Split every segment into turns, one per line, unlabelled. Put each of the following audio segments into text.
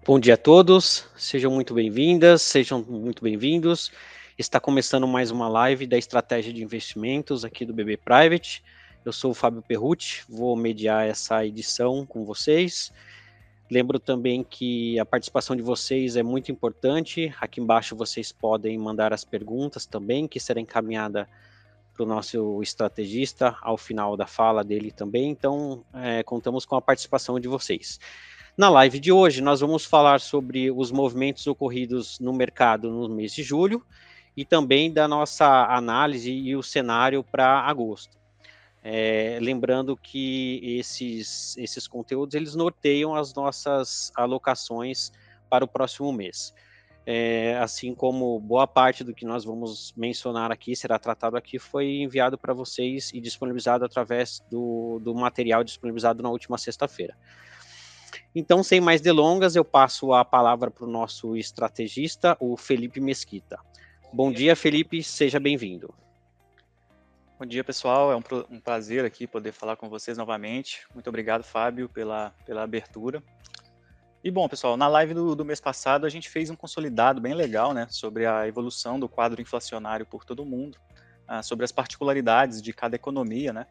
Bom dia a todos, sejam muito bem-vindas, sejam muito bem-vindos. Está começando mais uma live da estratégia de investimentos aqui do BB Private. Eu sou o Fábio Perrucci, vou mediar essa edição com vocês. Lembro também que a participação de vocês é muito importante. Aqui embaixo vocês podem mandar as perguntas também, que será encaminhada para o nosso estrategista ao final da fala dele também. Então, contamos com a participação de vocês. Na live de hoje, nós vamos falar sobre os movimentos ocorridos no mercado no mês de julho e também da nossa análise e o cenário para agosto. Lembrando que esses conteúdos eles norteiam as nossas alocações para o próximo mês. Assim como boa parte do que nós vamos mencionar aqui, será tratado aqui, foi enviado para vocês e disponibilizado através do material disponibilizado na última sexta-feira. Então, sem mais delongas, eu passo a palavra para o nosso estrategista, o Felipe Mesquita. Bom dia, Felipe, seja bem-vindo.
Bom dia, pessoal. É um prazer aqui poder falar com vocês novamente. Muito obrigado, Fábio, pela abertura. E bom, pessoal, na live do mês passado a gente fez um consolidado bem legal, né, sobre a evolução do quadro inflacionário por todo o mundo, sobre as particularidades de cada economia, né,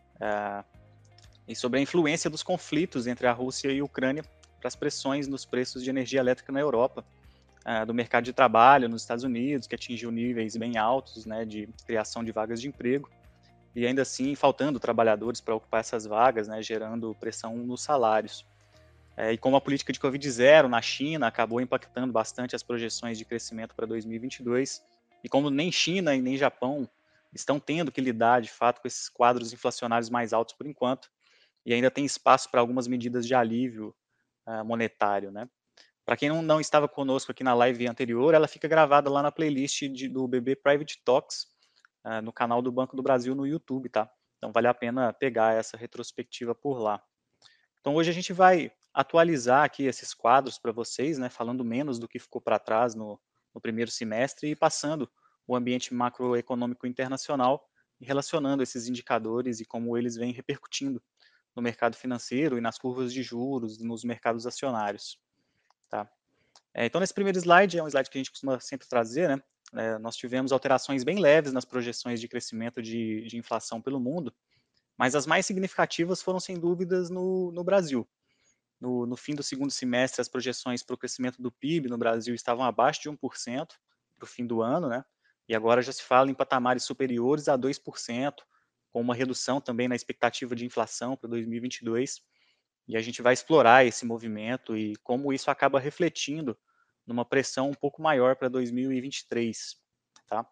e sobre a influência dos conflitos entre a Rússia e a Ucrânia para as pressões nos preços de energia elétrica na Europa, do mercado de trabalho nos Estados Unidos, que atingiu níveis bem altos, né, de criação de vagas de emprego, e ainda assim faltando trabalhadores para ocupar essas vagas, né, gerando pressão nos salários. E como a política de Covid-0 na China acabou impactando bastante as projeções de crescimento para 2022, e como nem China e nem Japão estão tendo que lidar de fato com esses quadros inflacionários mais altos por enquanto, e ainda tem espaço para algumas medidas de alívio monetário, né? Para quem não estava conosco aqui na live anterior, ela fica gravada lá na playlist do BB Private Talks, no canal do Banco do Brasil no YouTube, tá? Então vale a pena pegar essa retrospectiva por lá. Então hoje a gente vai atualizar aqui esses quadros para vocês, né? Falando menos do que ficou para trás no primeiro semestre e passando o ambiente macroeconômico internacional e relacionando esses indicadores e como eles vêm repercutindo no mercado financeiro e nas curvas de juros, nos mercados acionários, tá? Então, nesse primeiro slide, é um slide que a gente costuma sempre trazer, né? Nós tivemos alterações bem leves nas projeções de crescimento de inflação pelo mundo, mas as mais significativas foram, sem dúvidas, no Brasil. No fim do segundo semestre, as projeções para o crescimento do PIB no Brasil estavam abaixo de 1% para o fim do ano, né? E agora já se fala em patamares superiores a 2%, com uma redução também na expectativa de inflação para 2022. E a gente vai explorar esse movimento e como isso acaba refletindo numa pressão um pouco maior para 2023, tá?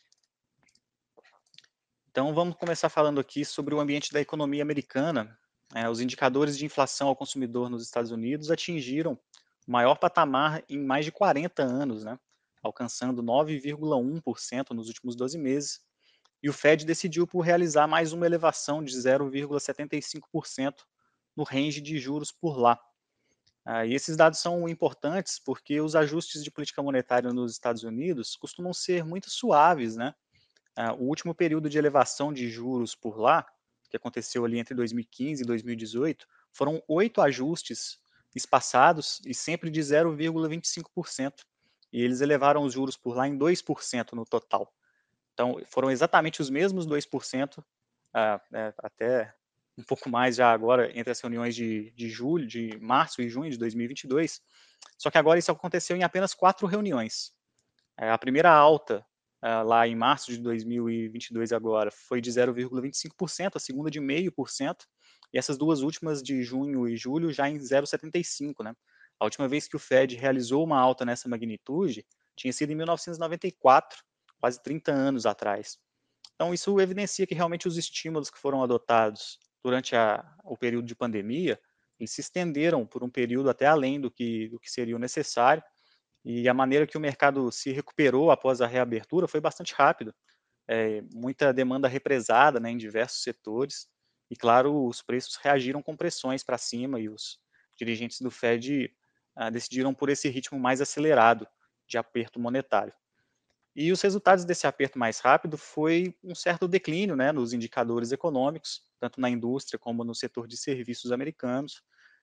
Então vamos começar falando aqui sobre o ambiente da economia americana. Os indicadores de inflação ao consumidor nos Estados Unidos atingiram o maior patamar em mais de 40 anos, né? Alcançando 9,1% nos últimos 12 meses. E o Fed decidiu por realizar mais uma elevação de 0,75% no range de juros por lá. E esses dados são importantes porque os ajustes de política monetária nos Estados Unidos costumam ser muito suaves, né? O último período de elevação de juros por lá, que aconteceu ali entre 2015 e 2018, foram 8 ajustes espaçados e sempre de 0,25%. E eles elevaram os juros por lá em 2% no total. Então, foram exatamente os mesmos 2%, até um pouco mais já agora entre as reuniões de julho, de março e junho de 2022. Só que agora isso aconteceu em apenas 4 reuniões. A primeira alta lá em março de 2022 agora foi de 0,25%, a segunda de 0,5%, e essas duas últimas de junho e julho já em 0,75%, né? A última vez que o Fed realizou uma alta nessa magnitude tinha sido em 1994, quase 30 anos atrás. Então isso evidencia que realmente os estímulos que foram adotados durante o período de pandemia, eles se estenderam por um período até além do que seria o necessário, e a maneira que o mercado se recuperou após a reabertura foi bastante rápido. Muita demanda represada, né, em diversos setores, e claro, os preços reagiram com pressões para cima e os dirigentes do Fed decidiram por esse ritmo mais acelerado de aperto monetário. E os resultados desse aperto mais rápido foi um certo declínio, né, nos indicadores econômicos, tanto na indústria como no setor de serviços americanos,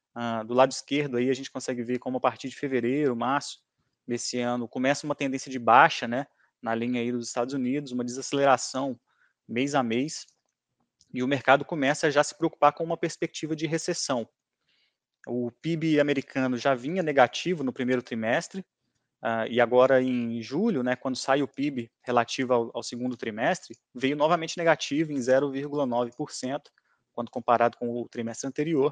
Do lado esquerdo aí a gente consegue ver como a partir de fevereiro, março desse ano começa uma tendência de baixa, né, na linha aí dos Estados Unidos, uma desaceleração mês a mês, e o mercado começa a já se preocupar com uma perspectiva de recessão. O PIB americano já vinha negativo no primeiro trimestre, e agora em julho, né, quando sai o PIB relativo ao segundo trimestre, veio novamente negativo em 0,9%, quando comparado com o trimestre anterior.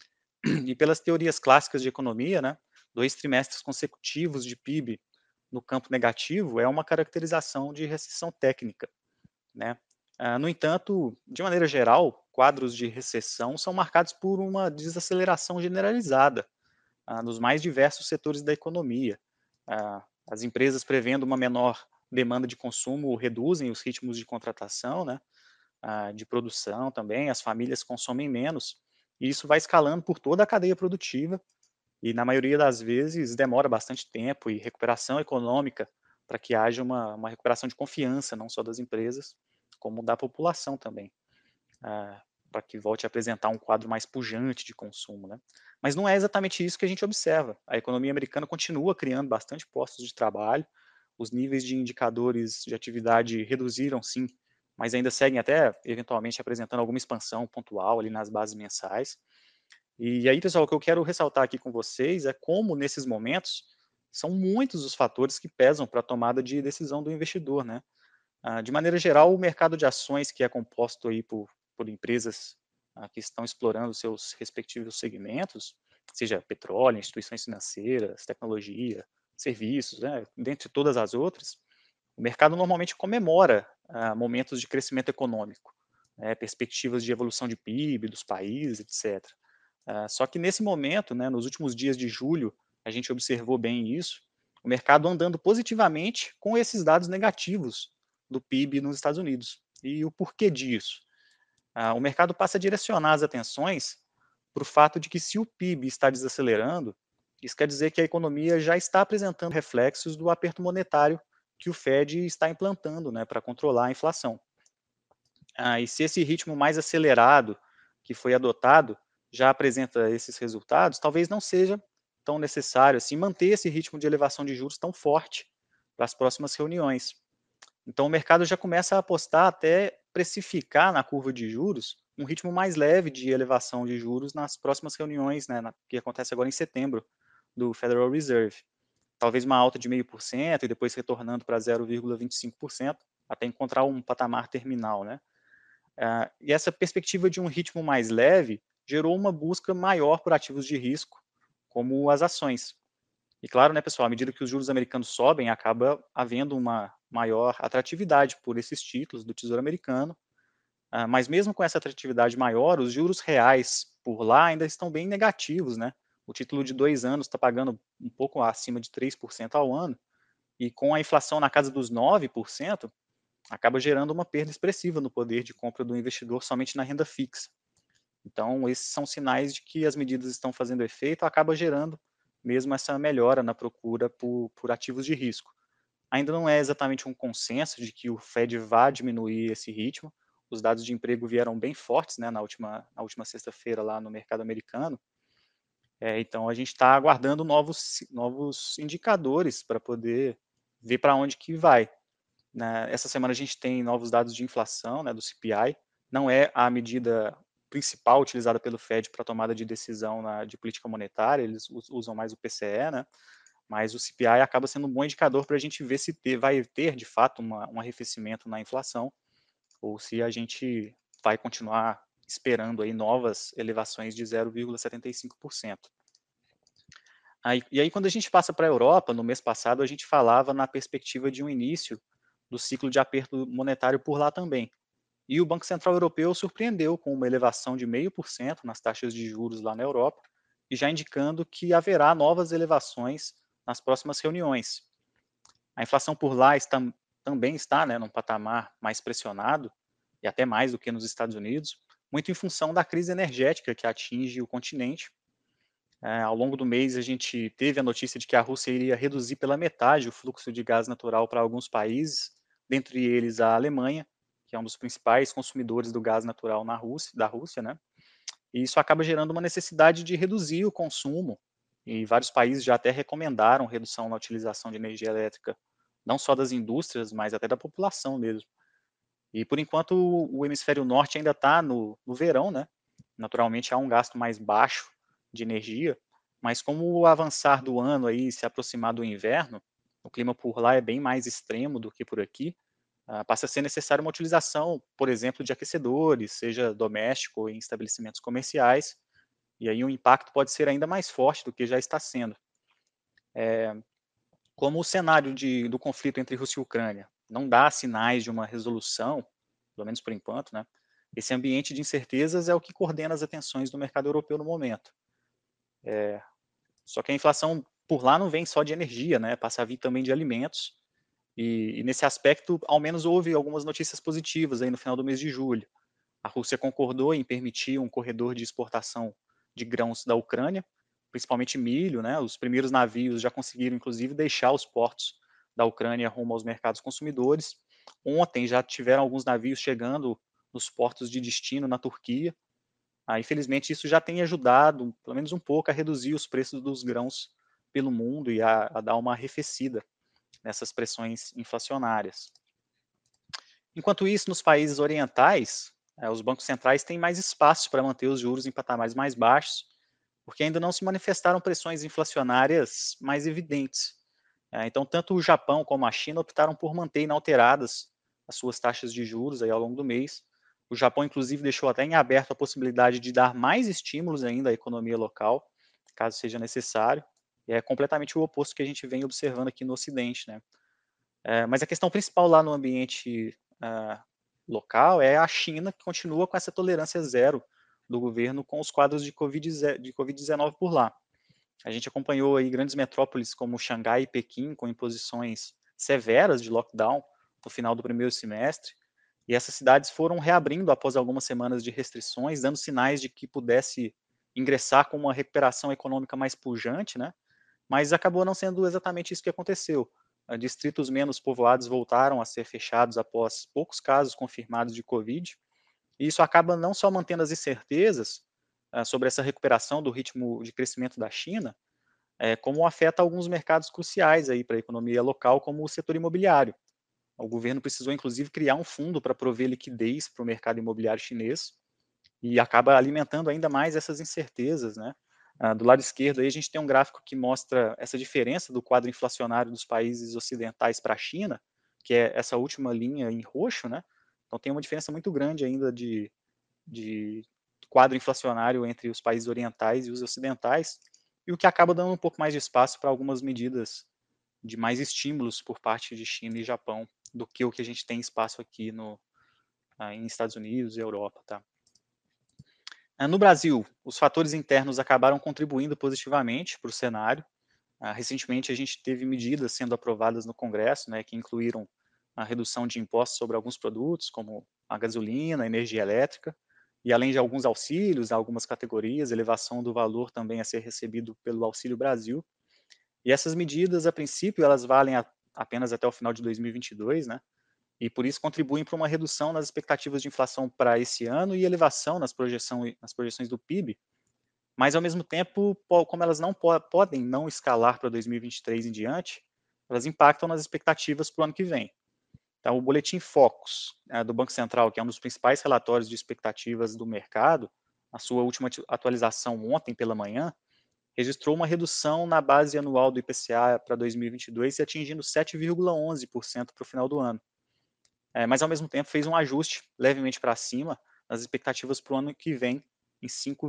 E pelas teorias clássicas de economia, né, 2 trimestres consecutivos de PIB no campo negativo é uma caracterização de recessão técnica, né. No entanto, de maneira geral, quadros de recessão são marcados por uma desaceleração generalizada, nos mais diversos setores da economia. As empresas prevendo uma menor demanda de consumo reduzem os ritmos de contratação, né, de produção também, as famílias consomem menos, e isso vai escalando por toda a cadeia produtiva, e na maioria das vezes demora bastante tempo e recuperação econômica para que haja uma recuperação de confiança, não só das empresas, como da população também, para que volte a apresentar um quadro mais pujante de consumo, né. Mas não é exatamente isso que a gente observa. A economia americana continua criando bastante postos de trabalho, os níveis de indicadores de atividade reduziram sim, mas ainda seguem até eventualmente apresentando alguma expansão pontual ali nas bases mensais. E aí, pessoal, o que eu quero ressaltar aqui com vocês é como nesses momentos são muitos os fatores que pesam para a tomada de decisão do investidor, né. De maneira geral, o mercado de ações, que é composto aí por empresas, que estão explorando seus respectivos segmentos, seja petróleo, instituições financeiras, tecnologia, serviços, né, dentre todas as outras, o mercado normalmente comemora, momentos de crescimento econômico, né, perspectivas de evolução de PIB dos países, etc. Só que nesse momento, né, nos últimos dias de julho, a gente observou bem isso, o mercado andando positivamente com esses dados negativos do PIB nos Estados Unidos. E o porquê disso? O mercado passa a direcionar as atenções para o fato de que se o PIB está desacelerando, isso quer dizer que a economia já está apresentando reflexos do aperto monetário que o Fed está implantando, né, para controlar a inflação. E se esse ritmo mais acelerado que foi adotado já apresenta esses resultados, talvez não seja tão necessário assim manter esse ritmo de elevação de juros tão forte para as próximas reuniões. Então o mercado já começa a apostar até precificar na curva de juros um ritmo mais leve de elevação de juros nas próximas reuniões, né, que acontece agora em setembro, do Federal Reserve. Talvez uma alta de 0,5% e depois retornando para 0,25%, até encontrar um patamar terminal, né? E essa perspectiva de um ritmo mais leve gerou uma busca maior por ativos de risco, como as ações. E claro, né, pessoal, à medida que os juros americanos sobem, acaba havendo uma maior atratividade por esses títulos do Tesouro Americano. Mas mesmo com essa atratividade maior, os juros reais por lá ainda estão bem negativos, né? O título de 2 anos está pagando um pouco acima de 3% ao ano, e com a inflação na casa dos 9%, acaba gerando uma perda expressiva no poder de compra do investidor somente na renda fixa. Então, esses são sinais de que as medidas estão fazendo efeito, acaba gerando mesmo essa melhora na procura por ativos de risco. Ainda não é exatamente um consenso de que o Fed vá diminuir esse ritmo. Os dados de emprego vieram bem fortes, né, na última sexta-feira lá no mercado americano. Então, a gente está aguardando novos indicadores para poder ver para onde que vai. Né. Essa semana a gente tem novos dados de inflação, né, do CPI, não é a medida principal utilizada pelo Fed para tomada de decisão de política monetária, eles usam mais o PCE, né, mas o CPI acaba sendo um bom indicador para a gente ver se vai ter de fato um arrefecimento na inflação, ou se a gente vai continuar esperando aí novas elevações de 0,75%. E aí quando a gente passa para a Europa, no mês passado a gente falava na perspectiva de um início do ciclo de aperto monetário por lá também. E o Banco Central Europeu surpreendeu com uma elevação de 0,5% nas taxas de juros lá na Europa, e já indicando que haverá novas elevações nas próximas reuniões. A inflação por lá também está, né, num patamar mais pressionado, e até mais do que nos Estados Unidos, muito em função da crise energética que atinge o continente. Ao longo do mês, a gente teve a notícia de que a Rússia iria reduzir pela metade o fluxo de gás natural para alguns países, dentre eles a Alemanha, que é um dos principais consumidores do gás natural da Rússia, né? e isso acaba gerando uma necessidade de reduzir o consumo, e vários países já até recomendaram redução na utilização de energia elétrica, não só das indústrias, mas até da população mesmo. E por enquanto o hemisfério norte ainda está no verão, né? Naturalmente há um gasto mais baixo de energia, mas como o avançar do ano aí se aproximar do inverno, o clima por lá é bem mais extremo do que por aqui, passa a ser necessária uma utilização, por exemplo, de aquecedores, seja doméstico ou em estabelecimentos comerciais, e aí o impacto pode ser ainda mais forte do que já está sendo. Como o cenário do conflito entre Rússia e Ucrânia não dá sinais de uma resolução, pelo menos por enquanto, né? Esse ambiente de incertezas é o que coordena as atenções do mercado europeu no momento. Só que a inflação por lá não vem só de energia, né? Passa a vir também de alimentos. E nesse aspecto, ao menos houve algumas notícias positivas aí no final do mês de julho. A Rússia concordou em permitir um corredor de exportação de grãos da Ucrânia, principalmente milho, né? Os primeiros navios já conseguiram, inclusive, deixar os portos da Ucrânia rumo aos mercados consumidores. Ontem já tiveram alguns navios chegando nos portos de destino na Turquia. Infelizmente, isso já tem ajudado, pelo menos um pouco, a reduzir os preços dos grãos pelo mundo e a dar uma arrefecida nessas pressões inflacionárias. Enquanto isso, nos países orientais, os bancos centrais têm mais espaço para manter os juros em patamares mais baixos, porque ainda não se manifestaram pressões inflacionárias mais evidentes. Então, tanto o Japão como a China optaram por manter inalteradas as suas taxas de juros aí ao longo do mês. O Japão, inclusive, deixou até em aberto a possibilidade de dar mais estímulos ainda à economia local, caso seja necessário. E é completamente o oposto que a gente vem observando aqui no Ocidente, né? Mas a questão principal lá no ambiente local é a China, que continua com essa tolerância zero do governo com os quadros de Covid-19 por lá. A gente acompanhou aí grandes metrópoles como Xangai e Pequim com imposições severas de lockdown no final do primeiro semestre, e essas cidades foram reabrindo após algumas semanas de restrições, dando sinais de que pudesse ingressar com uma recuperação econômica mais pujante, né? Mas acabou não sendo exatamente isso que aconteceu. Distritos menos povoados voltaram a ser fechados após poucos casos confirmados de Covid, e isso acaba não só mantendo as incertezas sobre essa recuperação do ritmo de crescimento da China, como afeta alguns mercados cruciais aí para a economia local, como o setor imobiliário. O governo precisou, inclusive, criar um fundo para prover liquidez para o mercado imobiliário chinês e acaba alimentando ainda mais essas incertezas, né? Do lado esquerdo aí a gente tem um gráfico que mostra essa diferença do quadro inflacionário dos países ocidentais para a China, que é essa última linha em roxo, né? Então tem uma diferença muito grande ainda de quadro inflacionário entre os países orientais e os ocidentais, e o que acaba dando um pouco mais de espaço para algumas medidas de mais estímulos por parte de China e Japão do que o que a gente tem espaço aqui em Estados Unidos e Europa, tá? No Brasil, os fatores internos acabaram contribuindo positivamente para o cenário. Recentemente, a gente teve medidas sendo aprovadas no Congresso, né, que incluíram a redução de impostos sobre alguns produtos, como a gasolina, a energia elétrica, e além de alguns auxílios a algumas categorias, elevação do valor também a ser recebido pelo Auxílio Brasil. E essas medidas, a princípio, elas valem apenas até o final de 2022, né? E por isso contribuem para uma redução nas expectativas de inflação para esse ano e elevação nas projeções do PIB, mas ao mesmo tempo, como elas não podem não escalar para 2023 em diante, elas impactam nas expectativas para o ano que vem. Então, o boletim Focus do Banco Central, que é um dos principais relatórios de expectativas do mercado, a sua última atualização ontem pela manhã, registrou uma redução na base anual do IPCA para 2022, atingindo 7,11% para o final do ano. Mas, ao mesmo tempo, fez um ajuste levemente para cima nas expectativas para o ano que vem, em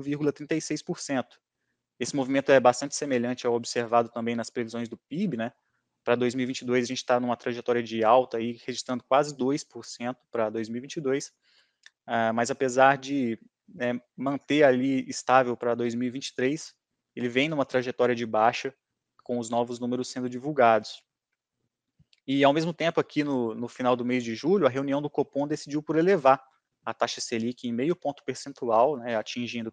5,36%. Esse movimento é bastante semelhante ao observado também nas previsões do PIB, né? Para 2022, a gente está numa trajetória de alta, aí, registrando quase 2% para 2022, mas apesar de manter ali estável para 2023, ele vem numa trajetória de baixa, com os novos números sendo divulgados. E, ao mesmo tempo, aqui no final do mês de julho, a reunião do Copom decidiu por elevar a taxa Selic em meio ponto percentual, né, atingindo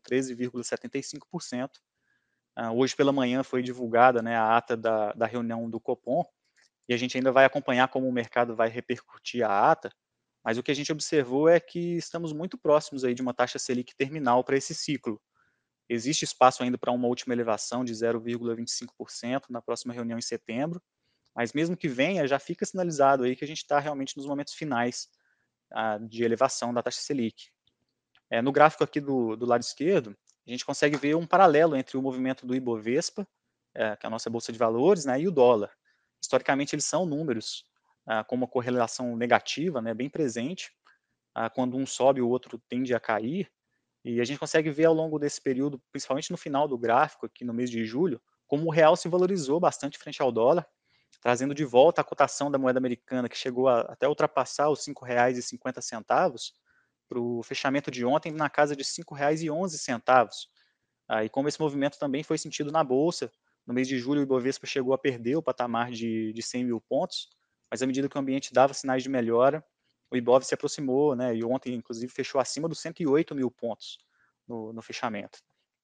13,75%. Hoje pela manhã foi divulgada, né, a ata da reunião do Copom, e a gente ainda vai acompanhar como o mercado vai repercutir a ata, mas o que a gente observou é que estamos muito próximos aí de uma taxa Selic terminal para esse ciclo. Existe espaço ainda para uma última elevação de 0,25% na próxima reunião em setembro, mas mesmo que venha, já fica sinalizado aí que a gente está realmente nos momentos finais de elevação da taxa Selic. No gráfico aqui do lado esquerdo, a gente consegue ver um paralelo entre o movimento do Ibovespa, que é a nossa bolsa de valores, né, e o dólar. Historicamente, eles são números com uma correlação negativa, né, bem presente. Quando um sobe, o outro tende a cair. E a gente consegue ver ao longo desse período, principalmente no final do gráfico, aqui no mês de julho, como o real se valorizou bastante frente ao dólar, trazendo de volta a cotação da moeda americana, que chegou até ultrapassar os R$ 5,50 para o fechamento de ontem na casa de R$ 5,11. E como esse movimento também foi sentido na Bolsa, no mês de julho o Ibovespa chegou a perder o patamar de 100 mil pontos, mas à medida que o ambiente dava sinais de melhora, o Ibov se aproximou, né, e ontem inclusive fechou acima dos 108 mil pontos no fechamento.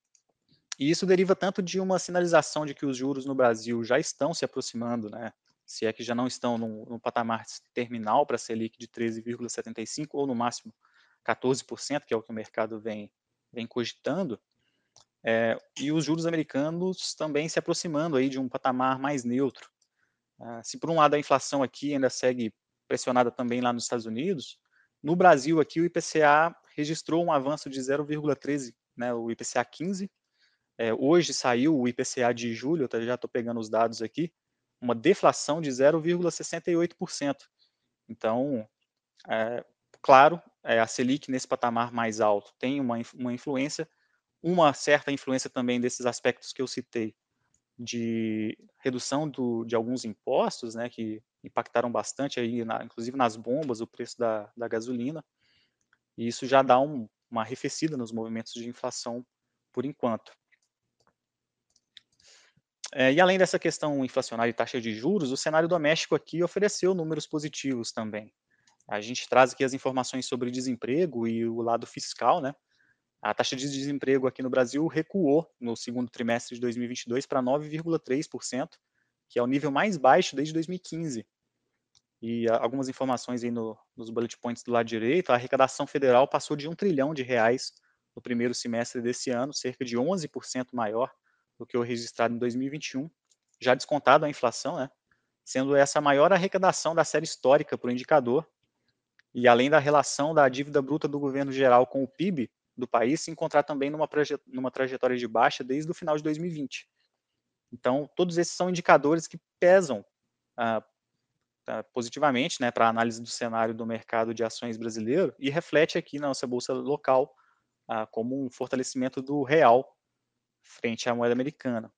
E isso deriva tanto de uma sinalização de que os juros no Brasil já estão se aproximando, né, se é que já não estão no patamar terminal para a Selic de 13,75% ou no máximo 14%, que é o que o mercado vem cogitando, e os juros americanos também se aproximando aí de um patamar mais neutro. Se por um lado a inflação aqui ainda segue pressionada também lá nos Estados Unidos, no Brasil aqui o IPCA registrou um avanço de 0,13, né, o IPCA 15. Hoje saiu o IPCA de julho, já estou pegando os dados aqui, uma deflação de 0,68%. Então, claro, a Selic nesse patamar mais alto tem uma influência, uma certa influência também desses aspectos que eu citei, de redução de alguns impostos, né, que impactaram bastante, aí, inclusive nas bombas, o preço da gasolina, e isso já dá uma arrefecida nos movimentos de inflação por enquanto. E além dessa questão inflacionária e taxa de juros, o cenário doméstico aqui ofereceu números positivos também. A gente traz aqui as informações sobre desemprego e o lado fiscal, né? A taxa de desemprego aqui no Brasil recuou no segundo trimestre de 2022 para 9,3%, que é o nível mais baixo desde 2015. E algumas informações aí nos bullet points do lado direito, a arrecadação federal passou de R$ 1 trilhão no primeiro semestre desse ano, cerca de 11% maior do que o registrado em 2021, já descontado a inflação, né? Sendo essa a maior arrecadação da série histórica para o indicador, e além da relação da dívida bruta do governo geral com o PIB do país se encontrar também numa trajetória de baixa desde o final de 2020. Então, todos esses são indicadores que pesam positivamente, né, para a análise do cenário do mercado de ações brasileiro e reflete aqui na nossa bolsa local como um fortalecimento do real frente à moeda americana.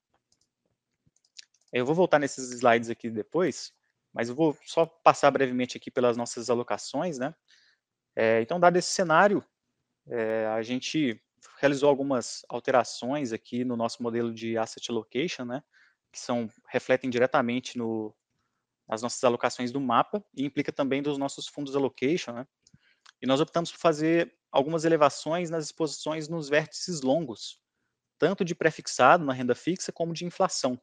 Eu vou voltar nesses slides aqui depois, mas eu vou só passar brevemente aqui pelas nossas alocações, né? Então, dado esse cenário, a gente realizou algumas alterações aqui no nosso modelo de asset allocation, né? Que refletem diretamente nas nossas alocações do mapa e implica também dos nossos fundos allocation, né? E nós optamos por fazer algumas elevações nas exposições nos vértices longos, tanto de pré-fixado na renda fixa como de inflação.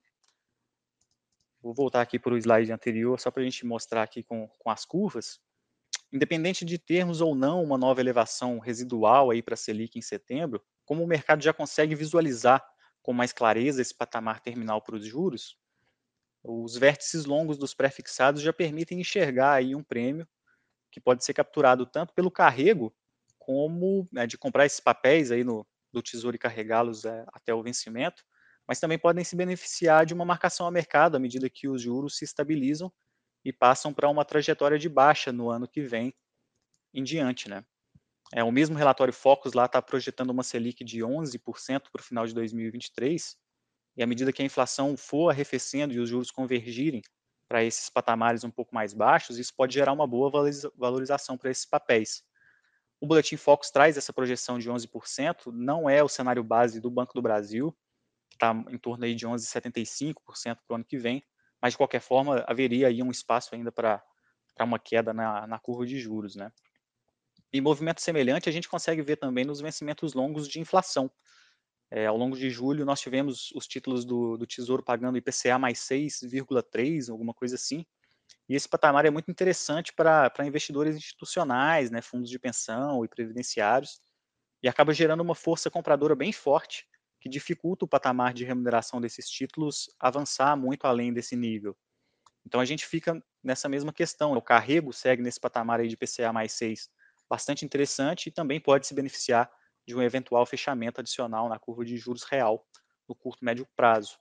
Vou voltar aqui para o slide anterior, só para a gente mostrar aqui com as curvas. Independente de termos ou não uma nova elevação residual aí para a Selic em setembro, como o mercado já consegue visualizar com mais clareza esse patamar terminal para os juros, os vértices longos dos pré-fixados já permitem enxergar aí um prêmio que pode ser capturado tanto pelo carrego, como de comprar esses papéis aí do Tesouro e carregá-los até o vencimento, mas também podem se beneficiar de uma marcação a mercado à medida que os juros se estabilizam e passam para uma trajetória de baixa no ano que vem em diante, né? O mesmo relatório Focus lá está projetando uma Selic de 11% para o final de 2023, e à medida que a inflação for arrefecendo e os juros convergirem para esses patamares um pouco mais baixos, isso pode gerar uma boa valorização para esses papéis. O Boletim Focus traz essa projeção de 11%, não é o cenário base do Banco do Brasil, que está em torno aí de 11,75% para o ano que vem, mas de qualquer forma haveria aí um espaço ainda para uma queda na curva de juros, né? E movimento semelhante a gente consegue ver também nos vencimentos longos de inflação. Ao longo de julho, nós tivemos os títulos do Tesouro pagando IPCA mais 6,3, alguma coisa assim, E esse patamar é muito interessante para investidores institucionais, né, fundos de pensão e previdenciários, e acaba gerando uma força compradora bem forte, que dificulta o patamar de remuneração desses títulos avançar muito além desse nível. Então a gente fica nessa mesma questão, o carrego segue nesse patamar aí de IPCA mais 6, bastante interessante, e também pode se beneficiar de um eventual fechamento adicional na curva de juros real no curto e médio prazo.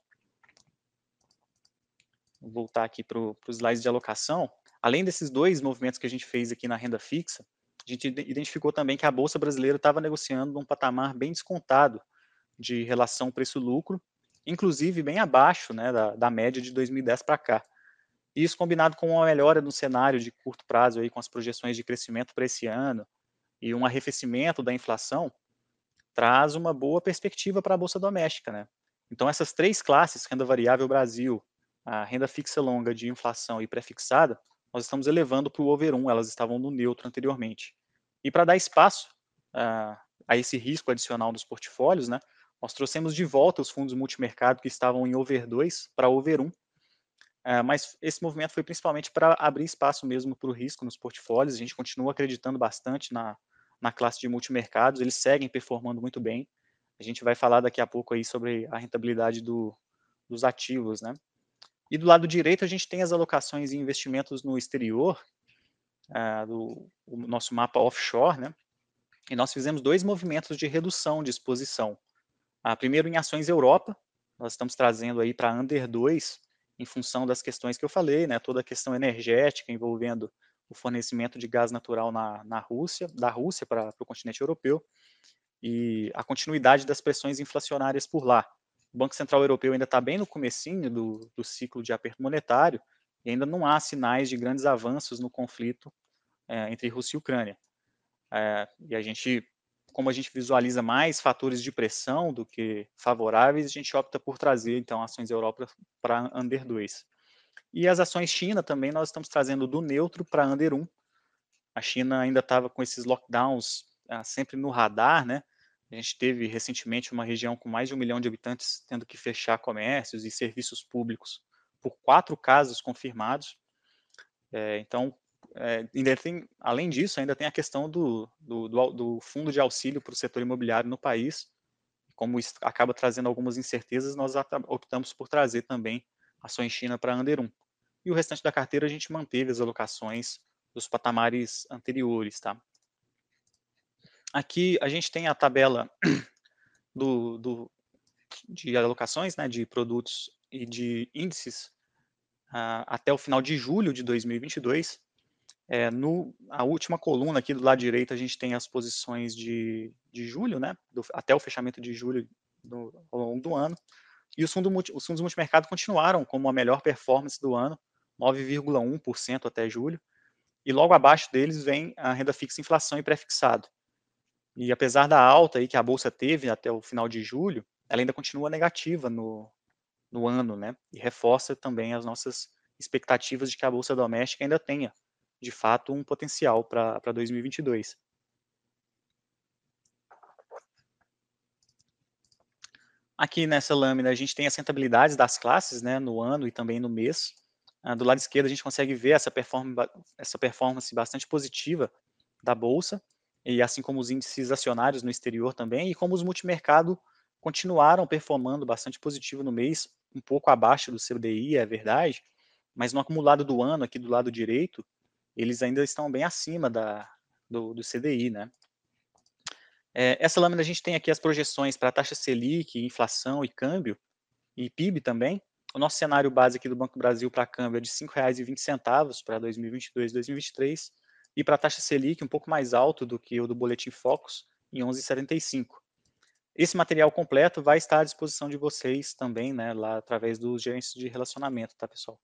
Vou voltar aqui para os slides de alocação. Além desses dois movimentos que a gente fez aqui na renda fixa, a gente identificou também que a Bolsa Brasileira estava negociando num patamar bem descontado de relação preço-lucro, inclusive bem abaixo, né, da média de 2010 para cá. E isso combinado com uma melhora no cenário de curto prazo, aí, com as projeções de crescimento para esse ano e um arrefecimento da inflação, traz uma boa perspectiva para a Bolsa Doméstica, né? Então, essas três classes, renda variável Brasil, a renda fixa longa de inflação e pré-fixada, nós estamos elevando para o over 1, elas estavam no neutro anteriormente. E para dar espaço a esse risco adicional dos portfólios, né, nós trouxemos de volta os fundos multimercado que estavam em over 2 para over 1, mas esse movimento foi principalmente para abrir espaço mesmo para o risco nos portfólios. A gente continua acreditando bastante na classe de multimercados, eles seguem performando muito bem. A gente vai falar daqui a pouco aí sobre a rentabilidade dos ativos, né? E do lado direito a gente tem as alocações em investimentos no exterior, o nosso mapa offshore, né? E nós fizemos dois movimentos de redução de exposição. Primeiro em ações Europa, nós estamos trazendo aí para Under 2, em função das questões que eu falei, né, toda a questão energética envolvendo o fornecimento de gás natural na Rússia, da Rússia para o continente europeu, e a continuidade das pressões inflacionárias por lá. O Banco Central Europeu ainda está bem no comecinho do ciclo de aperto monetário, e ainda não há sinais de grandes avanços no conflito entre Rússia e Ucrânia. E a gente, como a gente visualiza mais fatores de pressão do que favoráveis, a gente opta por trazer, então, ações Europa para Under 2. E as ações China também nós estamos trazendo do neutro para Under 1. A China ainda estava com esses lockdowns sempre no radar, né? A gente teve recentemente uma região com mais de 1 milhão de habitantes tendo que fechar comércios e serviços públicos por 4 casos confirmados. Então, ainda tem, além disso, ainda tem a questão do fundo de auxílio para o setor imobiliário no país. Como isso acaba trazendo algumas incertezas, nós optamos por trazer também ações China para Under 1. E o restante da carteira a gente manteve as alocações dos patamares anteriores, tá? Aqui a gente tem a tabela de alocações, né, de produtos e de índices até o final de julho de 2022. A última coluna aqui do lado direito a gente tem as posições de julho, né, até o fechamento de julho ao longo do ano, e os fundos multimercado continuaram como a melhor performance do ano, 9,1% até julho, e logo abaixo deles vem a renda fixa, inflação e pré-fixado. E apesar da alta aí que a bolsa teve até o final de julho, ela ainda continua negativa no ano, né, e reforça também as nossas expectativas de que a bolsa doméstica ainda tenha de fato um potencial para 2022. Aqui nessa lâmina a gente tem as rentabilidades das classes, né, no ano e também no mês. Do lado esquerdo a gente consegue ver essa performance bastante positiva da bolsa, e assim como os índices acionários no exterior também, e como os multimercado continuaram performando bastante positivo no mês, um pouco abaixo do CDI, é verdade, mas no acumulado do ano, aqui do lado direito, eles ainda estão bem acima do CDI, né? Essa lâmina a gente tem aqui as projeções para a taxa Selic, inflação e câmbio, e PIB também. O nosso cenário base aqui do Banco do Brasil para câmbio é de R$ 5,20 para 2022 e 2023, e para a taxa Selic um pouco mais alto do que o do Boletim Focus, em 11,75. Esse material completo vai estar à disposição de vocês também, né, lá através dos gerentes de relacionamento, tá, pessoal?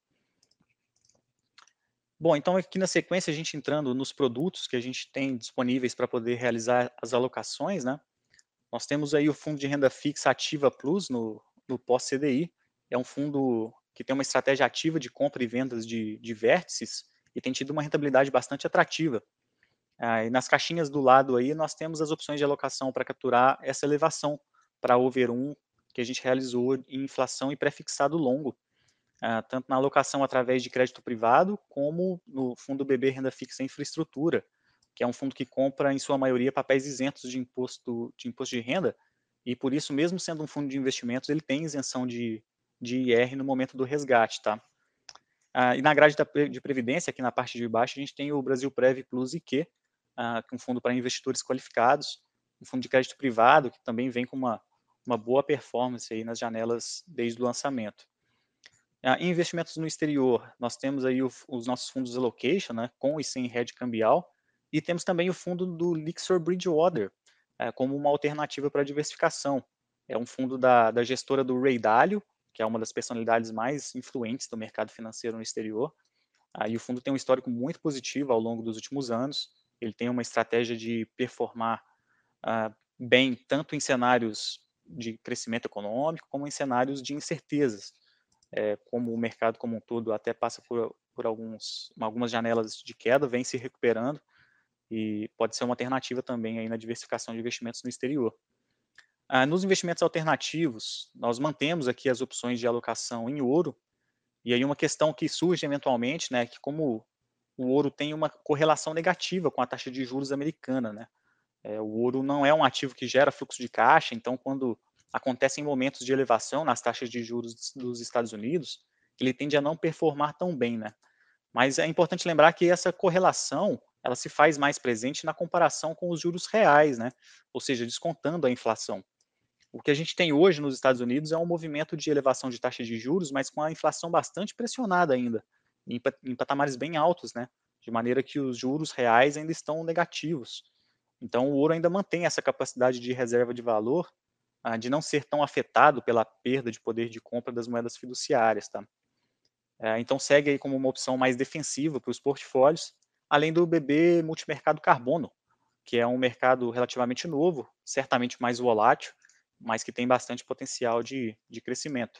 Bom, então aqui na sequência a gente entrando nos produtos que a gente tem disponíveis para poder realizar as alocações, né? Nós temos aí o fundo de renda fixa Ativa Plus no pós-CDI. É um fundo que tem uma estratégia ativa de compra e vendas de vértices e tem tido uma rentabilidade bastante atrativa. E nas caixinhas do lado aí nós temos as opções de alocação para capturar essa elevação para over 1 que a gente realizou em inflação e pré-fixado longo. tanto na alocação através de crédito privado, como no fundo BB Renda Fixa e Infraestrutura, que é um fundo que compra, em sua maioria, papéis isentos de imposto de renda, e por isso, mesmo sendo um fundo de investimentos, ele tem isenção de IR no momento do resgate, tá? E na grade de previdência, aqui na parte de baixo, a gente tem o Brasil Prev Plus IQ, que é um fundo para investidores qualificados, um fundo de crédito privado, que também vem com uma boa performance aí nas janelas desde o lançamento. Em investimentos no exterior, nós temos aí os nossos fundos allocation, né, com e sem hedge cambial, e temos também o fundo do Lyxor Bridgewater, como uma alternativa para diversificação. É um fundo da gestora do Ray Dalio, que é uma das personalidades mais influentes do mercado financeiro no exterior. E o fundo tem um histórico muito positivo ao longo dos últimos anos. Ele tem uma estratégia de performar bem, tanto em cenários de crescimento econômico, como em cenários de incertezas, como o mercado como um todo até passa por algumas janelas de queda, vem se recuperando, e pode ser uma alternativa também aí na diversificação de investimentos no exterior. Nos investimentos alternativos, nós mantemos aqui as opções de alocação em ouro, e aí uma questão que surge eventualmente, né, que como o ouro tem uma correlação negativa com a taxa de juros americana, né? O ouro não é um ativo que gera fluxo de caixa, então quando acontecem momentos de elevação nas taxas de juros dos Estados Unidos, ele tende a não performar tão bem, né? Mas é importante lembrar que essa correlação, ela se faz mais presente na comparação com os juros reais, né? Ou seja, descontando a inflação. O que a gente tem hoje nos Estados Unidos é um movimento de elevação de taxa de juros, mas com a inflação bastante pressionada ainda, em patamares bem altos, né? De maneira que os juros reais ainda estão negativos. Então, o ouro ainda mantém essa capacidade de reserva de valor, de não ser tão afetado pela perda de poder de compra das moedas fiduciárias, tá? Então, segue aí como uma opção mais defensiva para os portfólios, além do BB multimercado carbono, que é um mercado relativamente novo, certamente mais volátil, mas que tem bastante potencial de crescimento.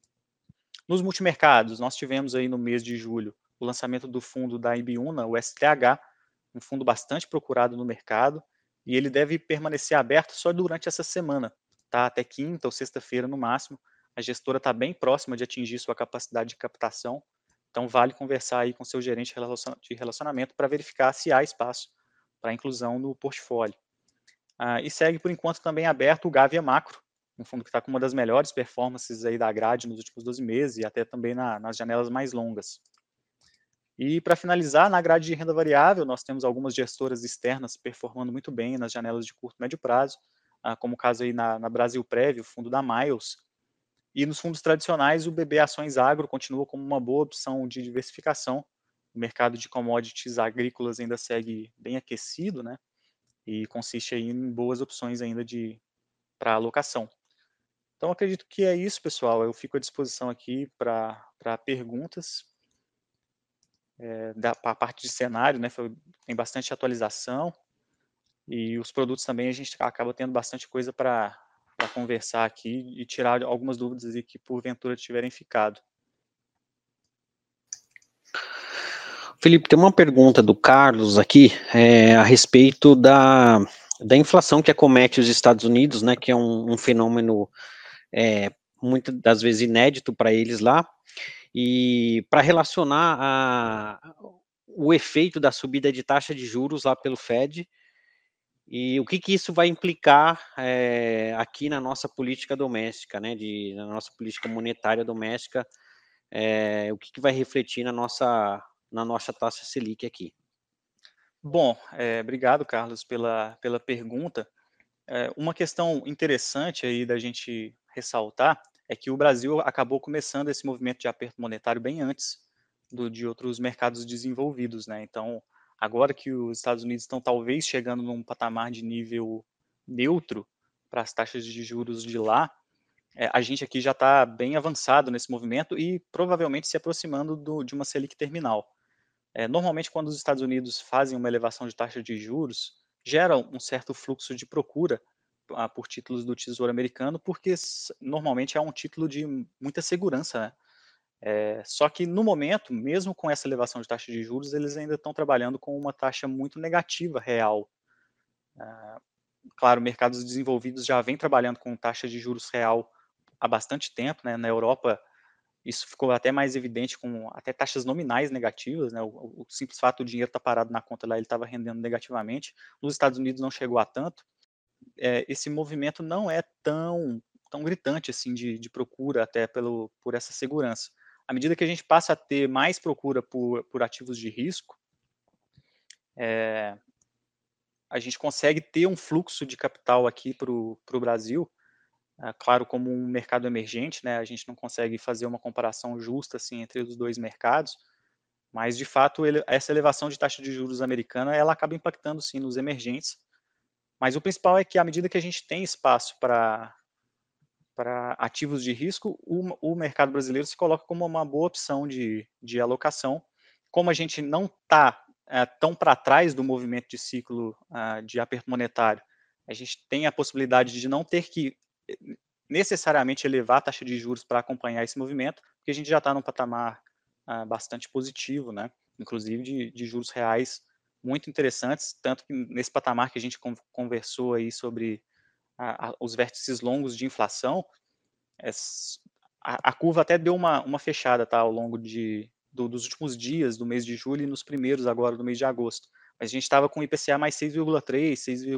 Nos multimercados, nós tivemos aí no mês de julho o lançamento do fundo da Ibiúna, o STH, um fundo bastante procurado no mercado, e ele deve permanecer aberto só durante essa semana, tá? Até quinta ou sexta-feira no máximo. A gestora está bem próxima de atingir sua capacidade de captação, então vale conversar aí com seu gerente de relacionamento para verificar se há espaço para inclusão no portfólio. E segue por enquanto também aberto o Gavia Macro, um fundo que está com uma das melhores performances aí da grade nos últimos 12 meses e até também nas janelas mais longas. E para finalizar, na grade de renda variável, nós temos algumas gestoras externas performando muito bem nas janelas de curto e médio prazo, como o caso aí na Brasil Prev, o fundo da Miles. E nos fundos tradicionais, o BB Ações Agro continua como uma boa opção de diversificação. O mercado de commodities agrícolas ainda segue bem aquecido, né? E consiste aí em boas opções ainda para alocação. Então, acredito que é isso, pessoal. Eu fico à disposição aqui para perguntas. A parte de cenário, né, tem bastante atualização, e os produtos também a gente acaba tendo bastante coisa para conversar aqui e tirar algumas dúvidas aí que porventura tiverem ficado.
Felipe, tem uma pergunta do Carlos aqui a respeito da inflação que acomete os Estados Unidos, né, que é um fenômeno muitas das vezes inédito para eles lá, e para relacionar o efeito da subida de taxa de juros lá pelo Fed e o que isso vai implicar aqui na nossa política doméstica, né, na nossa política monetária doméstica, o que vai refletir na nossa taxa Selic aqui.
Bom, obrigado, Carlos, pela pergunta. Uma questão interessante aí da gente ressaltar é que o Brasil acabou começando esse movimento de aperto monetário bem antes de outros mercados desenvolvidos, né? Então, agora que os Estados Unidos estão talvez chegando num patamar de nível neutro para as taxas de juros de lá, a gente aqui já está bem avançado nesse movimento e provavelmente se aproximando de uma Selic terminal. Normalmente, quando os Estados Unidos fazem uma elevação de taxa de juros, gera um certo fluxo de procura por títulos do Tesouro Americano, porque normalmente é um título de muita segurança, né? Só que no momento, mesmo com essa elevação de taxa de juros, eles ainda estão trabalhando com uma taxa muito negativa real. Claro, mercados desenvolvidos já vêm trabalhando com taxa de juros real há bastante tempo, né? Na Europa, Isso ficou até mais evidente com até taxas nominais negativas, né? O simples fato do dinheiro estar parado na conta lá, ele estava rendendo negativamente. Nos Estados Unidos não chegou a tanto. Esse movimento não é tão gritante assim de procura até por essa segurança. À medida que a gente passa a ter mais procura por ativos de risco, a gente consegue ter um fluxo de capital aqui para o Brasil. Claro, como um mercado emergente, né, a gente não consegue fazer uma comparação justa assim entre os dois mercados, mas de fato essa elevação de taxa de juros americana ela acaba impactando sim nos emergentes. Mas o principal é que à medida que a gente tem espaço para ativos de risco, o mercado brasileiro se coloca como uma boa opção de alocação. Como a gente não está tão para trás do movimento de ciclo de aperto monetário, a gente tem a possibilidade de não ter que necessariamente elevar a taxa de juros para acompanhar esse movimento, porque a gente já está num patamar bastante positivo, né? Inclusive de juros reais muito interessantes, tanto que nesse patamar que a gente conversou aí sobre os vértices longos de inflação, a curva até deu uma fechada, tá, ao longo dos últimos dias do mês de julho e nos primeiros agora do mês de agosto. Mas a gente estava com IPCA mais 6,3,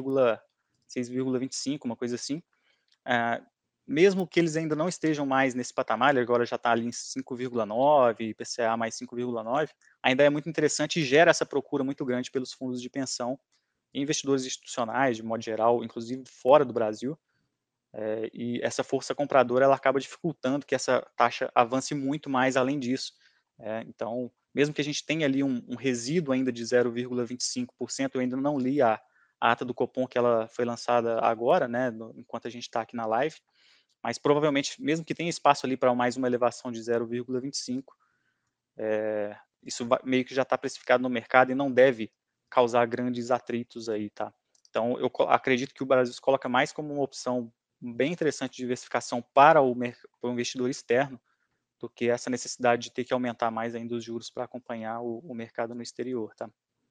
6,25, uma coisa assim. Mesmo que eles ainda não estejam mais nesse patamar, ele agora já está ali em 5,9, IPCA mais 5,9, ainda é muito interessante e gera essa procura muito grande pelos fundos de pensão e investidores institucionais, de modo geral, inclusive fora do Brasil, e essa força compradora ela acaba dificultando que essa taxa avance muito mais além disso. Então, mesmo que a gente tenha ali um resíduo ainda de 0,25%, eu ainda não li a ata do Copom que ela foi lançada agora, né, enquanto a gente está aqui na live, mas provavelmente, mesmo que tenha espaço ali para mais uma elevação de 0,25, isso meio que já está precificado no mercado e não deve causar grandes atritos aí, tá? Então, eu acredito que o Brasil se coloca mais como uma opção bem interessante de diversificação para o investidor externo do que essa necessidade de ter que aumentar mais ainda os juros para acompanhar o mercado no exterior, tá?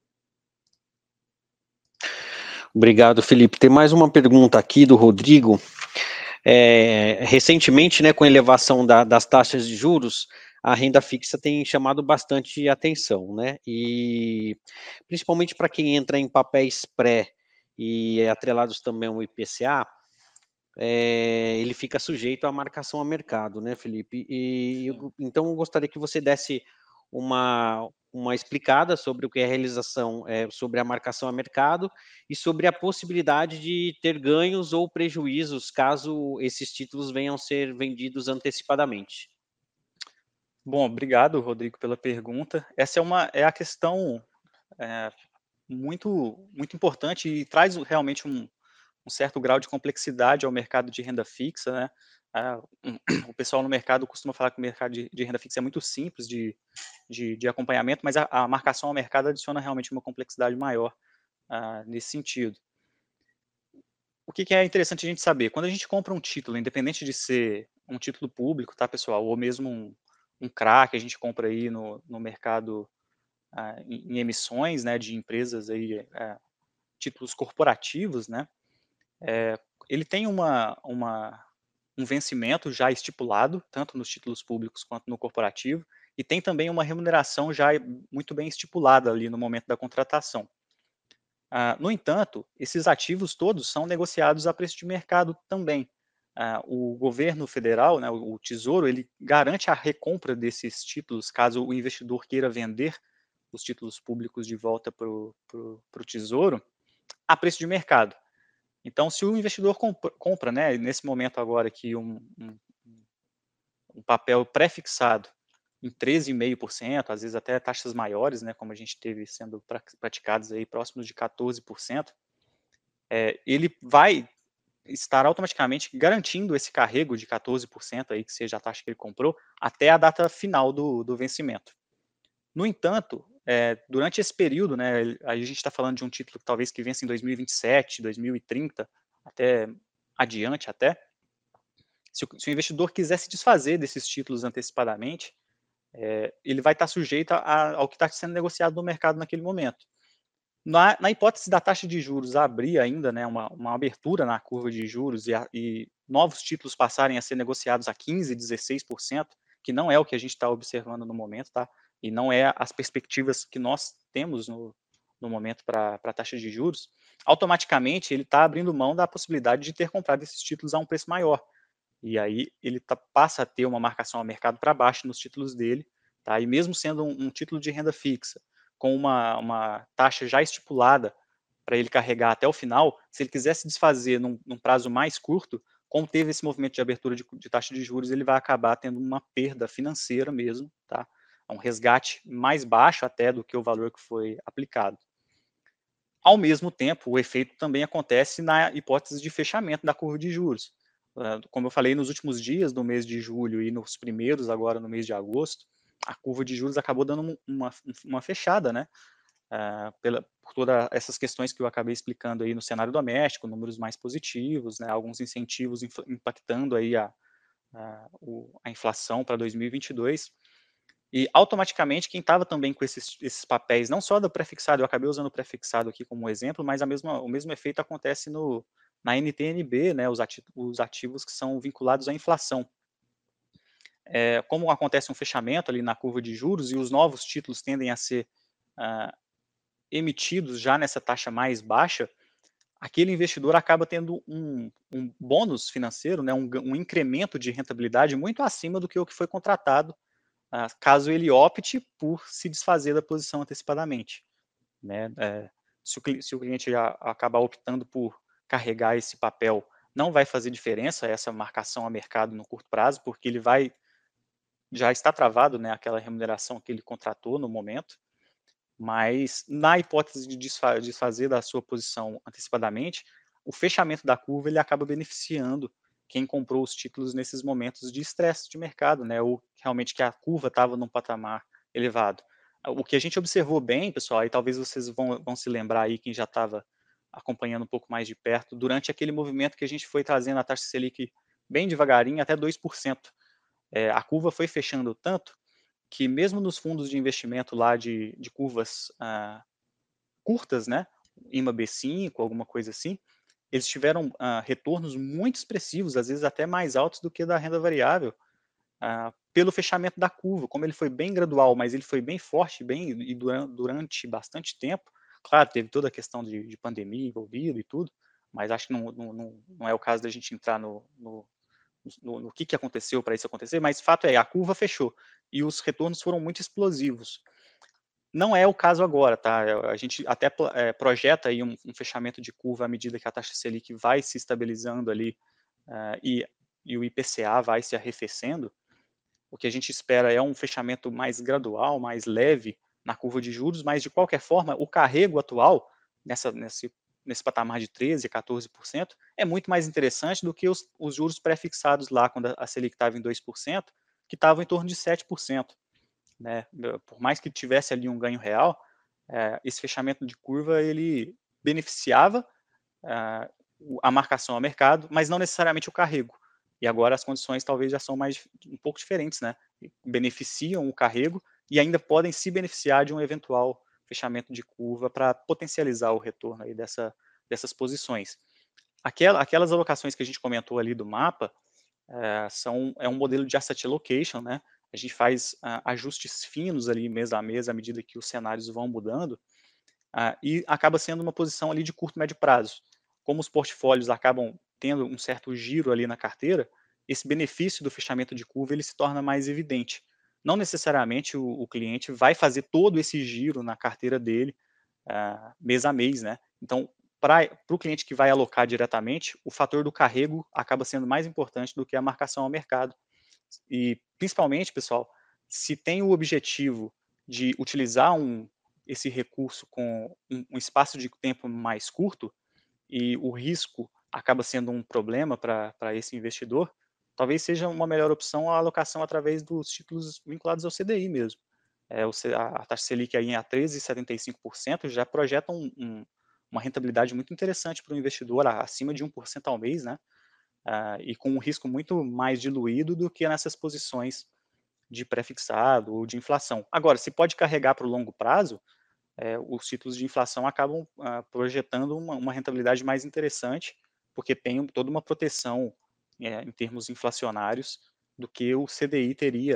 Obrigado, Felipe. Tem mais uma pergunta aqui do Rodrigo. Recentemente, né, com a elevação das taxas de juros, a renda fixa tem chamado bastante atenção, né? E principalmente para quem entra em papéis pré e atrelados também ao IPCA, ele fica sujeito à marcação a mercado, né, Felipe? Então eu gostaria que você desse uma explicada sobre o que é a realização, sobre a marcação a mercado e sobre a possibilidade de ter ganhos ou prejuízos caso esses títulos venham ser vendidos antecipadamente.
Bom, obrigado, Rodrigo, pela pergunta. Essa é a questão muito importante e traz realmente um certo grau de complexidade ao mercado de renda fixa, né? O pessoal no mercado costuma falar que o mercado de renda fixa é muito simples de acompanhamento, mas a marcação ao mercado adiciona realmente uma complexidade maior nesse sentido. O que é interessante a gente saber? Quando a gente compra um título, independente de ser um título público, tá, pessoal, ou mesmo um CRA que a gente compra aí no mercado em emissões, né, de empresas aí, títulos corporativos, né, ele tem um vencimento já estipulado, tanto nos títulos públicos quanto no corporativo, e tem também uma remuneração já muito bem estipulada ali no momento da contratação. No entanto, esses ativos todos são negociados a preço de mercado também. O governo federal, né, o Tesouro, ele garante a recompra desses títulos caso o investidor queira vender os títulos públicos de volta para o Tesouro a preço de mercado. Então, se o investidor compra, né, nesse momento agora aqui um papel pré-fixado em 13,5%, às vezes até taxas maiores, né, como a gente teve sendo praticadas aí próximos de 14%, ele vai estar automaticamente garantindo esse carrego de 14% aí, que seja a taxa que ele comprou, até a data final do vencimento. No entanto, durante esse período, né, a gente está falando de um título que talvez que vença em 2027, 2030, até adiante até, se o investidor quiser se desfazer desses títulos antecipadamente, ele vai estar sujeito ao que está sendo negociado no mercado naquele momento. Na hipótese da taxa de juros abrir ainda, né, uma abertura na curva de juros e novos títulos passarem a ser negociados a 15%, 16%, que não é o que a gente está observando no momento, tá? E não é as perspectivas que nós temos no momento para a taxa de juros, automaticamente ele está abrindo mão da possibilidade de ter comprado esses títulos a um preço maior. E aí ele passa a ter uma marcação a mercado para baixo nos títulos dele, tá? E mesmo sendo um título de renda fixa, com uma taxa já estipulada para ele carregar até o final, se ele quiser se desfazer num prazo mais curto, como teve esse movimento de abertura de taxa de juros, ele vai acabar tendo uma perda financeira mesmo, tá? Um resgate mais baixo até do que o valor que foi aplicado. Ao mesmo tempo, o efeito também acontece na hipótese de fechamento da curva de juros. Como eu falei, nos últimos dias do mês de julho e nos primeiros agora no mês de agosto, a curva de juros acabou dando uma fechada, né? Por todas essas questões que eu acabei explicando aí no cenário doméstico, números mais positivos, né? Alguns incentivos impactando aí a inflação para 2022. E automaticamente quem estava também com esses papéis, não só do prefixado, eu acabei usando o prefixado aqui como exemplo, mas o mesmo efeito acontece na NTNB, né, os ativos que são vinculados à inflação. Como acontece um fechamento ali na curva de juros e os novos títulos tendem a ser ah, emitidos já nessa taxa mais baixa, aquele investidor acaba tendo um bônus financeiro, né, um incremento de rentabilidade muito acima do que o que foi contratado, caso ele opte por se desfazer da posição antecipadamente, né? Se o cliente já acabar optando por carregar esse papel, não vai fazer diferença essa marcação a mercado no curto prazo, porque ele já está travado, né, aquela remuneração que ele contratou no momento, mas na hipótese de desfazer da sua posição antecipadamente, o fechamento da curva ele acaba beneficiando quem comprou os títulos nesses momentos de estresse de mercado, né? Ou realmente que a curva estava num patamar elevado. O que a gente observou bem, pessoal, e talvez vocês vão se lembrar aí, quem já estava acompanhando um pouco mais de perto, durante aquele movimento que a gente foi trazendo a taxa Selic bem devagarinho, até 2%. A curva foi fechando tanto que mesmo nos fundos de investimento lá de curvas curtas, né, IMA B5, alguma coisa assim, eles tiveram retornos muito expressivos, às vezes até mais altos do que da renda variável, pelo fechamento da curva. Como ele foi bem gradual, mas ele foi bem forte e durante bastante tempo, claro, teve toda a questão de pandemia envolvida e tudo, mas acho que não é o caso da gente entrar no que aconteceu para isso acontecer, mas fato é, a curva fechou e os retornos foram muito explosivos. Não é o caso agora, tá? A gente até projeta aí um fechamento de curva à medida que a taxa Selic vai se estabilizando ali e o IPCA vai se arrefecendo. O que a gente espera é um fechamento mais gradual, mais leve na curva de juros, mas de qualquer forma, o carrego atual, nesse patamar de 13%, 14%, é muito mais interessante do que os juros pré-fixados lá, quando a Selic estava em 2%, que estavam em torno de 7%. Né? Por mais que tivesse ali um ganho real, esse fechamento de curva ele beneficiava a marcação ao mercado, mas não necessariamente o carrego. E agora as condições talvez já são um pouco diferentes, né? Beneficiam o carrego e ainda podem se beneficiar de um eventual fechamento de curva para potencializar o retorno aí dessas posições. Aquelas alocações que a gente comentou ali do mapa é um modelo de asset allocation, né? A gente faz ajustes finos ali mês a mês à medida que os cenários vão mudando e acaba sendo uma posição ali de curto médio prazo. Como os portfólios acabam tendo um certo giro ali na carteira, esse benefício do fechamento de curva ele se torna mais evidente. Não necessariamente o cliente vai fazer todo esse giro na carteira dele mês a mês, né? Então, para o cliente que vai alocar diretamente, o fator do carrego acaba sendo mais importante do que a marcação ao mercado. E, principalmente, pessoal, se tem o objetivo de utilizar esse recurso com um espaço de tempo mais curto e o risco acaba sendo um problema para esse investidor, talvez seja uma melhor opção a alocação através dos títulos vinculados ao CDI mesmo. A taxa Selic aí a 13,75% já projeta uma rentabilidade muito interessante para o investidor, acima de 1% ao mês, né? E com um risco muito mais diluído do que nessas posições de pré-fixado ou de inflação. Agora, se pode carregar para o longo prazo, os títulos de inflação acabam projetando uma rentabilidade mais interessante, porque tem toda uma proteção em termos inflacionários do que o CDI teria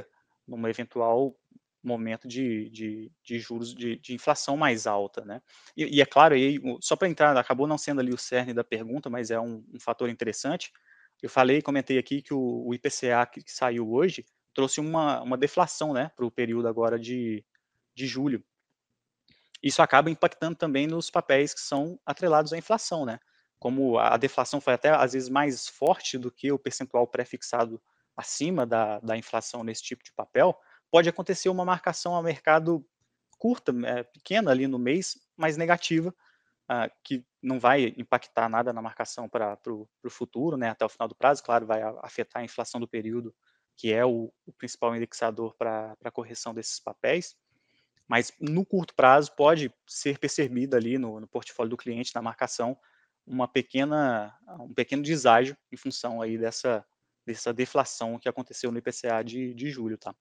numa eventual momento de juros de inflação mais alta, né? E é claro, aí, só para entrar, acabou não sendo ali o cerne da pergunta, mas é um fator interessante. Eu falei, comentei aqui que o IPCA que saiu hoje trouxe uma deflação, né, para o período agora de julho. Isso acaba impactando também nos papéis que são atrelados à inflação, né? Como a deflação foi até às vezes mais forte do que o percentual pré-fixado acima da inflação nesse tipo de papel, pode acontecer uma marcação a mercado curta, pequena ali no mês, mas negativa, que não vai impactar nada na marcação para o futuro, né, até o final do prazo, claro, vai afetar a inflação do período, que é o principal indexador para a correção desses papéis, mas no curto prazo pode ser percebida ali no portfólio do cliente, na marcação, um pequeno deságio em função aí dessa deflação que aconteceu no IPCA de julho, tá?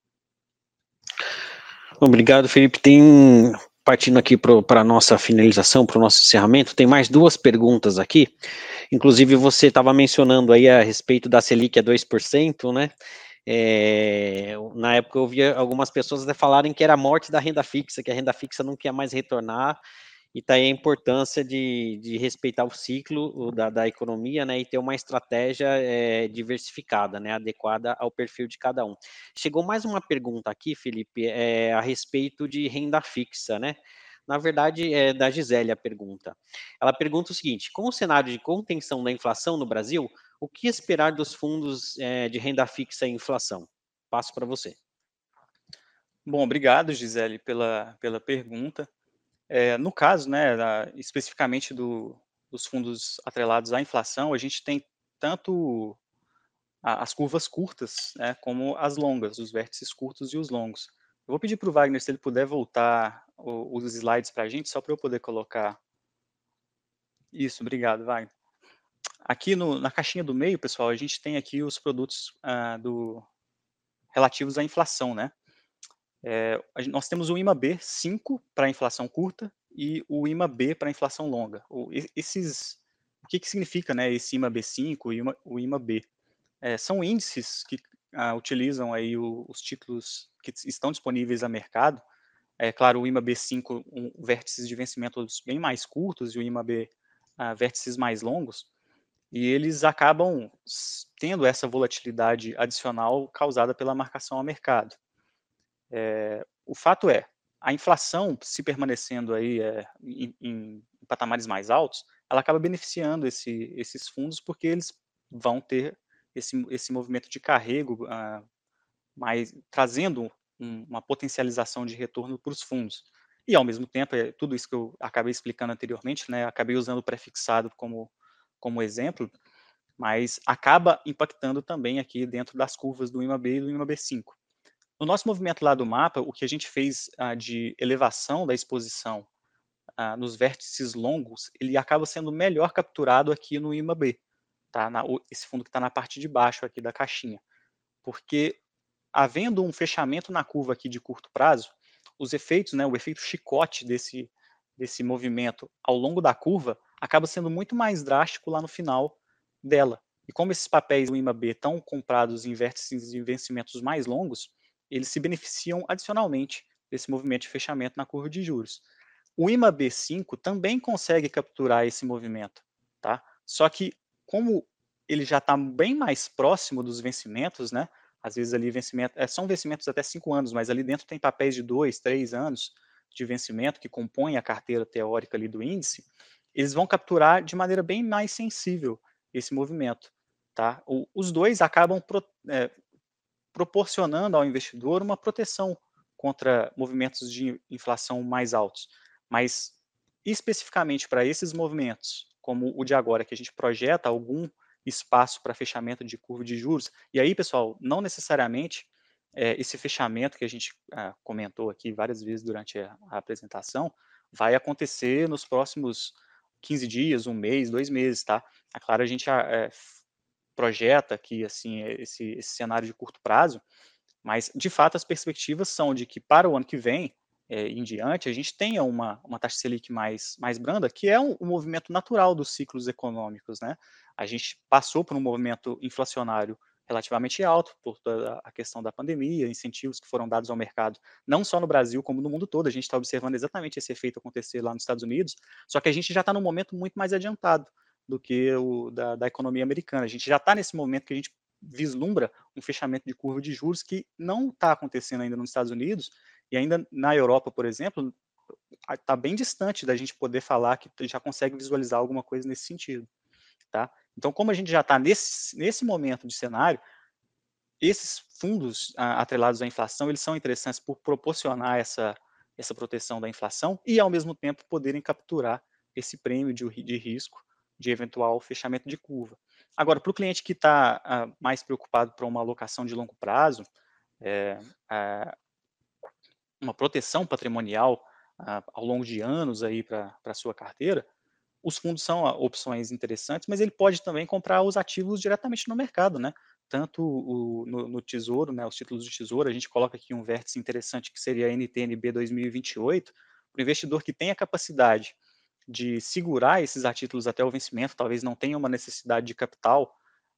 Obrigado, Felipe. Partindo aqui para a nossa finalização, para o nosso encerramento, tem mais duas perguntas aqui. Inclusive, você estava mencionando aí a respeito da Selic a 2%, né? Na época eu via algumas pessoas até falarem que era a morte da renda fixa, que a renda fixa não quer mais retornar, e está aí a importância de respeitar o ciclo da economia, né, e ter uma estratégia diversificada, né, adequada ao perfil de cada um. Chegou mais uma pergunta aqui, Felipe, a respeito de renda fixa, né? Na verdade, é da Gisele a pergunta. Ela pergunta o seguinte: com o cenário de contenção da inflação no Brasil, o que esperar dos fundos de renda fixa e inflação? Passo para você.
Bom, obrigado, Gisele, pela pergunta. No caso, né, especificamente dos fundos atrelados à inflação, a gente tem tanto as curvas curtas, né, como as longas, os vértices curtos e os longos. Eu vou pedir para o Wagner, se ele puder voltar os slides para a gente, só para eu poder colocar. Isso, obrigado, Wagner. Aqui na caixinha do meio, pessoal, a gente tem aqui os produtos relativos à inflação, né? Nós temos o IMAB 5 para a inflação curta e o IMAB para a inflação longa. O que significa, né, esse IMAB 5 e o IMAB? São índices que utilizam aí os títulos que estão disponíveis a mercado. É claro, o IMAB 5, vértices de vencimentos bem mais curtos, e o IMAB vértices mais longos, e eles acabam tendo essa volatilidade adicional causada pela marcação ao mercado. O fato é, a inflação, se permanecendo aí em patamares mais altos, ela acaba beneficiando esses fundos, porque eles vão ter esse movimento de carrego, mas trazendo uma potencialização de retorno para os fundos. E, ao mesmo tempo, tudo isso que eu acabei explicando anteriormente, né, acabei usando o prefixado como exemplo, mas acaba impactando também aqui dentro das curvas do IMAB e do IMAB 5. No nosso movimento lá do mapa, o que a gente fez de elevação da exposição nos vértices longos, ele acaba sendo melhor capturado aqui no IMAB, tá? Esse fundo que está na parte de baixo aqui da caixinha. Porque, havendo um fechamento na curva aqui de curto prazo, os efeitos, né, o efeito chicote desse movimento ao longo da curva acaba sendo muito mais drástico lá no final dela. E como esses papéis do IMAB estão comprados em vértices de vencimentos mais longos, eles se beneficiam adicionalmente desse movimento de fechamento na curva de juros. O IMAB 5 também consegue capturar esse movimento, tá? Só que, como ele já está bem mais próximo dos vencimentos, né? Às vezes ali são vencimentos até 5 anos, mas ali dentro tem papéis de 2, 3 anos de vencimento que compõem a carteira teórica ali do índice, eles vão capturar de maneira bem mais sensível esse movimento, tá? Os dois acabam proporcionando ao investidor uma proteção contra movimentos de inflação mais altos. Mas, especificamente para esses movimentos, como o de agora, que a gente projeta algum espaço para fechamento de curva de juros, e aí, pessoal, não necessariamente esse fechamento que a gente comentou aqui várias vezes durante a apresentação vai acontecer nos próximos 15 dias, um mês, 2 meses, tá? É claro, a gente projeta aqui assim esse cenário de curto prazo, mas de fato as perspectivas são de que para o ano que vem em diante a gente tenha uma taxa Selic mais branda, que é um movimento natural dos ciclos econômicos, né? A gente passou por um movimento inflacionário relativamente alto por toda a questão da pandemia, incentivos que foram dados ao mercado, não só no Brasil, como no mundo todo. A gente está observando exatamente esse efeito acontecer lá nos Estados Unidos, só que a gente já está num momento muito mais adiantado do que o da economia americana. A gente já está nesse momento que a gente vislumbra um fechamento de curva de juros que não está acontecendo ainda nos Estados Unidos, e ainda na Europa, por exemplo, está bem distante da gente poder falar que já consegue visualizar alguma coisa nesse sentido, tá? Então, como a gente já está nesse momento de cenário, esses fundos atrelados à inflação, eles são interessantes por proporcionar essa proteção da inflação e, ao mesmo tempo, poderem capturar esse prêmio de risco de eventual fechamento de curva. Agora, para o cliente que está mais preocupado para uma alocação de longo prazo, é, uma proteção patrimonial ao longo de anos aí para a sua carteira, os fundos são opções interessantes, mas ele pode também comprar os ativos diretamente no mercado, né? Tanto no Tesouro, né, os títulos do Tesouro, a gente coloca aqui um vértice interessante que seria a NTNB 2028, para o investidor que tem a capacidade de segurar esses títulos até o vencimento, talvez não tenha uma necessidade de capital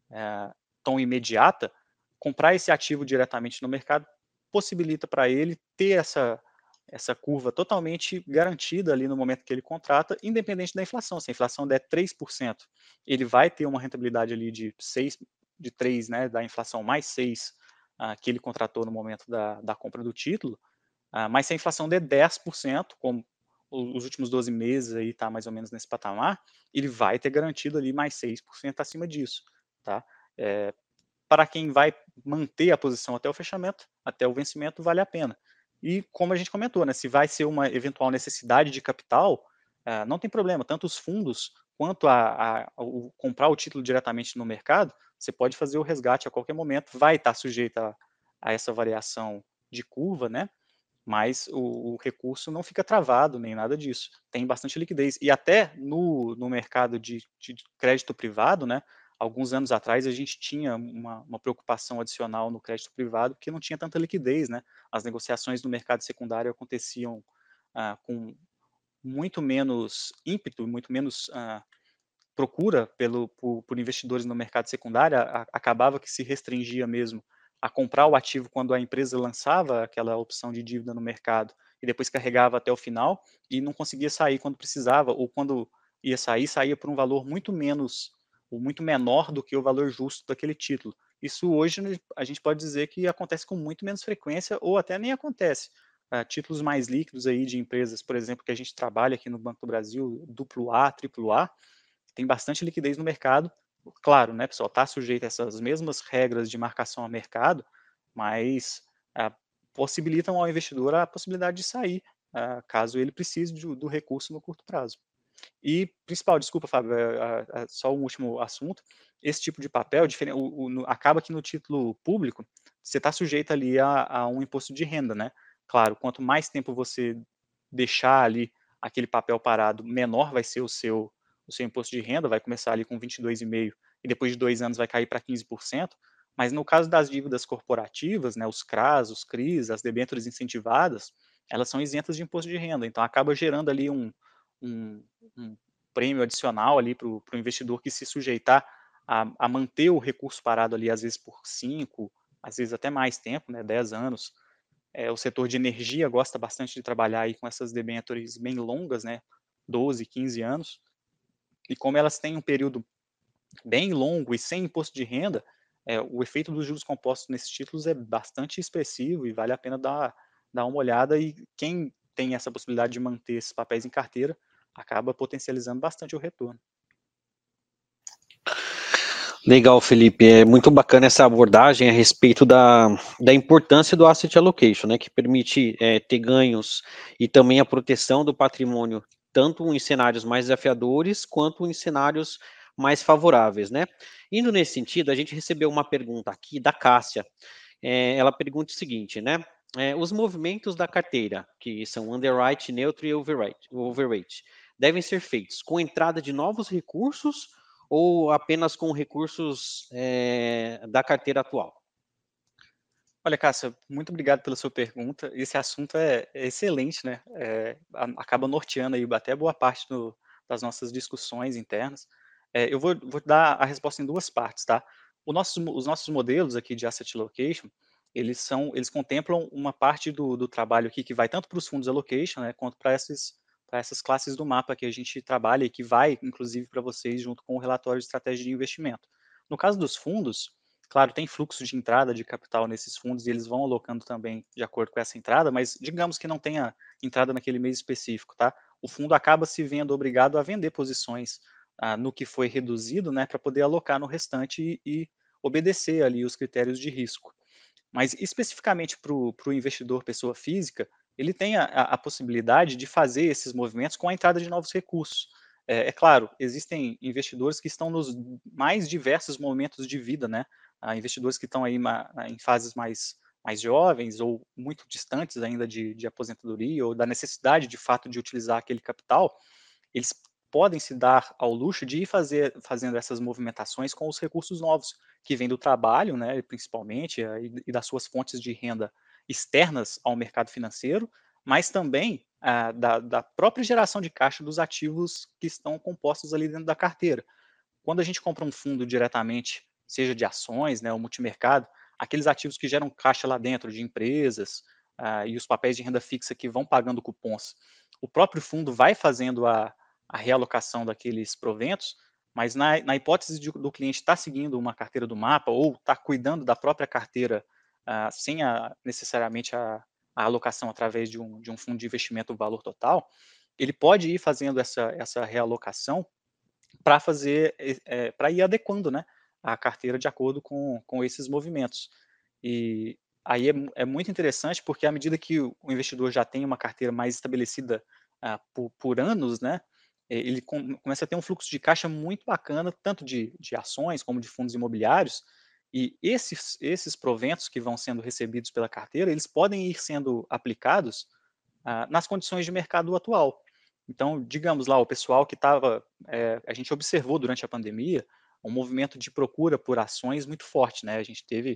tão imediata, comprar esse ativo diretamente no mercado possibilita para ele ter essa curva totalmente garantida ali no momento que ele contrata, independente da inflação. Se a inflação der 3%, ele vai ter uma rentabilidade ali de 6, de 3, né, da inflação mais 6 que ele contratou no momento da compra do título, mas se a inflação der 10%, como os últimos 12 meses aí está mais ou menos nesse patamar, ele vai ter garantido ali mais 6% acima disso, tá? Para quem vai manter a posição até o fechamento, até o vencimento, vale a pena. E como a gente comentou, né, se vai ser uma eventual necessidade de capital, não tem problema, tanto os fundos quanto comprar o título diretamente no mercado, você pode fazer o resgate a qualquer momento, vai estar sujeito a essa variação de curva, né? Mas o recurso não fica travado nem nada disso. Tem bastante liquidez. E até no mercado de crédito privado, né? Alguns anos atrás a gente tinha uma preocupação adicional no crédito privado que não tinha tanta liquidez, né? As negociações no mercado secundário aconteciam com muito menos ímpeto, muito menos procura por investidores no mercado secundário, acabava que se restringia mesmo a comprar o ativo quando a empresa lançava aquela opção de dívida no mercado e depois carregava até o final e não conseguia sair quando precisava, ou quando ia sair, saía por um valor muito menos, ou muito menor do que o valor justo daquele título. Isso hoje a gente pode dizer que acontece com muito menos frequência, ou até nem acontece. Títulos mais líquidos aí de empresas, por exemplo, que a gente trabalha aqui no Banco do Brasil, AAA, AAA, tem bastante liquidez no mercado. Claro, né, pessoal, está sujeito a essas mesmas regras de marcação a mercado, mas possibilitam ao investidor a possibilidade de sair, caso ele precise do recurso no curto prazo. E principal, desculpa, Fábio, só um último assunto, esse tipo de papel, acaba que no título público, você está sujeito ali a um imposto de renda, né? Claro, quanto mais tempo você deixar ali aquele papel parado, menor vai ser o seu imposto de renda, vai começar ali com 22,5% e depois de 2 anos vai cair para 15%, mas no caso das dívidas corporativas, né, os CRAs, os CRIs, as debêntures incentivadas, elas são isentas de imposto de renda, então acaba gerando ali um prêmio adicional ali para o investidor que se sujeitar a manter o recurso parado ali, às vezes por 5, às vezes até mais tempo, né, 10 anos. O setor de energia gosta bastante de trabalhar aí com essas debêntures bem longas, né, 12, 15 anos, e como elas têm um período bem longo e sem imposto de renda, o efeito dos juros compostos nesses títulos é bastante expressivo e vale a pena dar uma olhada, e quem tem essa possibilidade de manter esses papéis em carteira acaba potencializando bastante o retorno.
Legal, Felipe. É muito bacana essa abordagem a respeito da importância do asset allocation, né, que permite ter ganhos e também a proteção do patrimônio, tanto em cenários mais desafiadores quanto em cenários mais favoráveis, né? Indo nesse sentido, a gente recebeu uma pergunta aqui da Cássia. Ela pergunta o seguinte, né? Os movimentos da carteira, que são underwrite, neutro e overweight, devem ser feitos com entrada de novos recursos ou apenas com recursos da carteira atual?
Olha, Cássia, muito obrigado pela sua pergunta. Esse assunto é excelente, né? Acaba norteando aí até boa parte das nossas discussões internas. Eu vou dar a resposta em duas partes, tá? Os nossos modelos aqui de asset allocation, eles contemplam uma parte do trabalho aqui que vai tanto para os fundos allocation, né, quanto para essas classes do mapa que a gente trabalha e que vai, inclusive, para vocês junto com o relatório de estratégia de investimento. No caso dos fundos, claro, tem fluxo de entrada de capital nesses fundos e eles vão alocando também de acordo com essa entrada, mas digamos que não tenha entrada naquele mês específico, tá? O fundo acaba se vendo obrigado a vender posições no que foi reduzido, né, para poder alocar no restante e obedecer ali os critérios de risco. Mas especificamente para o investidor pessoa física, ele tem a possibilidade de fazer esses movimentos com a entrada de novos recursos. É claro, existem investidores que estão nos mais diversos momentos de vida, né? Investidores que estão aí em fases mais jovens ou muito distantes ainda de aposentadoria ou da necessidade de fato de utilizar aquele capital, eles podem se dar ao luxo de ir fazendo essas movimentações com os recursos novos, que vêm do trabalho, né, principalmente, e das suas fontes de renda externas ao mercado financeiro, mas também da própria geração de caixa dos ativos que estão compostos ali dentro da carteira. Quando a gente compra um fundo diretamente, seja de ações, né, ou multimercado, aqueles ativos que geram caixa lá dentro de empresas, e os papéis de renda fixa que vão pagando cupons, o próprio fundo vai fazendo a realocação daqueles proventos, mas na hipótese do cliente estar seguindo uma carteira do mapa ou estar cuidando da própria carteira sem necessariamente a alocação através de um fundo de investimento valor total, ele pode ir fazendo essa realocação para fazer, para ir adequando, né, a carteira de acordo com esses movimentos. E aí é muito interessante, porque à medida que o investidor já tem uma carteira mais estabelecida por anos, né, ele começa a ter um fluxo de caixa muito bacana, tanto de ações como de fundos imobiliários, e esses proventos que vão sendo recebidos pela carteira, eles podem ir sendo aplicados nas condições de mercado atual. Então, digamos lá, o pessoal que estava, a gente observou durante a pandemia um movimento de procura por ações muito forte, né? A gente teve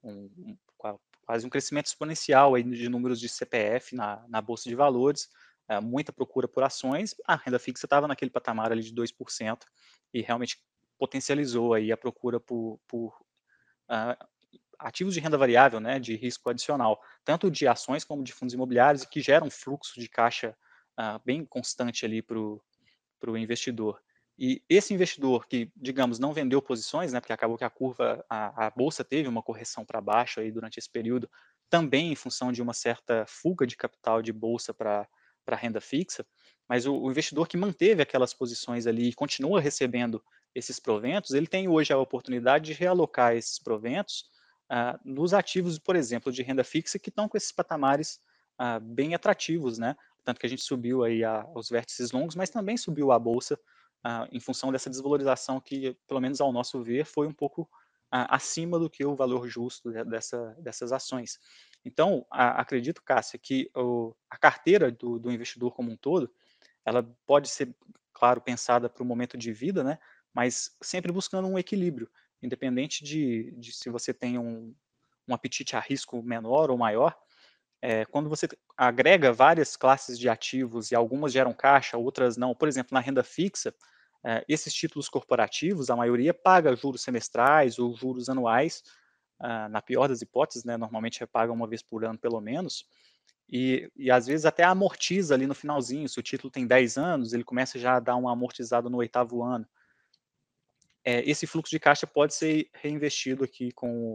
quase um crescimento exponencial aí de números de CPF na Bolsa de Valores, muita procura por ações, a renda fixa estava naquele patamar ali de 2% e realmente potencializou aí a procura por ah, ativos de renda variável, né, de risco adicional, tanto de ações como de fundos imobiliários, que geram um fluxo de caixa bem constante ali para o investidor. E esse investidor que, digamos, não vendeu posições, né, porque acabou que a bolsa teve uma correção para baixo aí durante esse período, também em função de uma certa fuga de capital de bolsa para renda fixa, mas o investidor que manteve aquelas posições ali e continua recebendo esses proventos, ele tem hoje a oportunidade de realocar esses proventos nos ativos, por exemplo, de renda fixa que estão com esses patamares bem atrativos, né? Tanto que a gente subiu aí os vértices longos, mas também subiu a bolsa em função dessa desvalorização que, pelo menos ao nosso ver, foi um pouco acima do que o valor justo dessas ações. Então, acredito, Cássia, que a carteira do investidor como um todo, ela pode ser, claro, pensada para o momento de vida, né? Mas sempre buscando um equilíbrio, independente de se você tem um apetite a risco menor ou maior, quando você agrega várias classes de ativos e algumas geram caixa, outras não, por exemplo, na renda fixa, esses títulos corporativos, a maioria paga juros semestrais ou juros anuais, na pior das hipóteses, né, normalmente repaga uma vez por ano pelo menos, e às vezes até amortiza ali no finalzinho, se o título tem 10 anos, ele começa já a dar uma amortizada no oitavo ano. Esse fluxo de caixa pode ser reinvestido aqui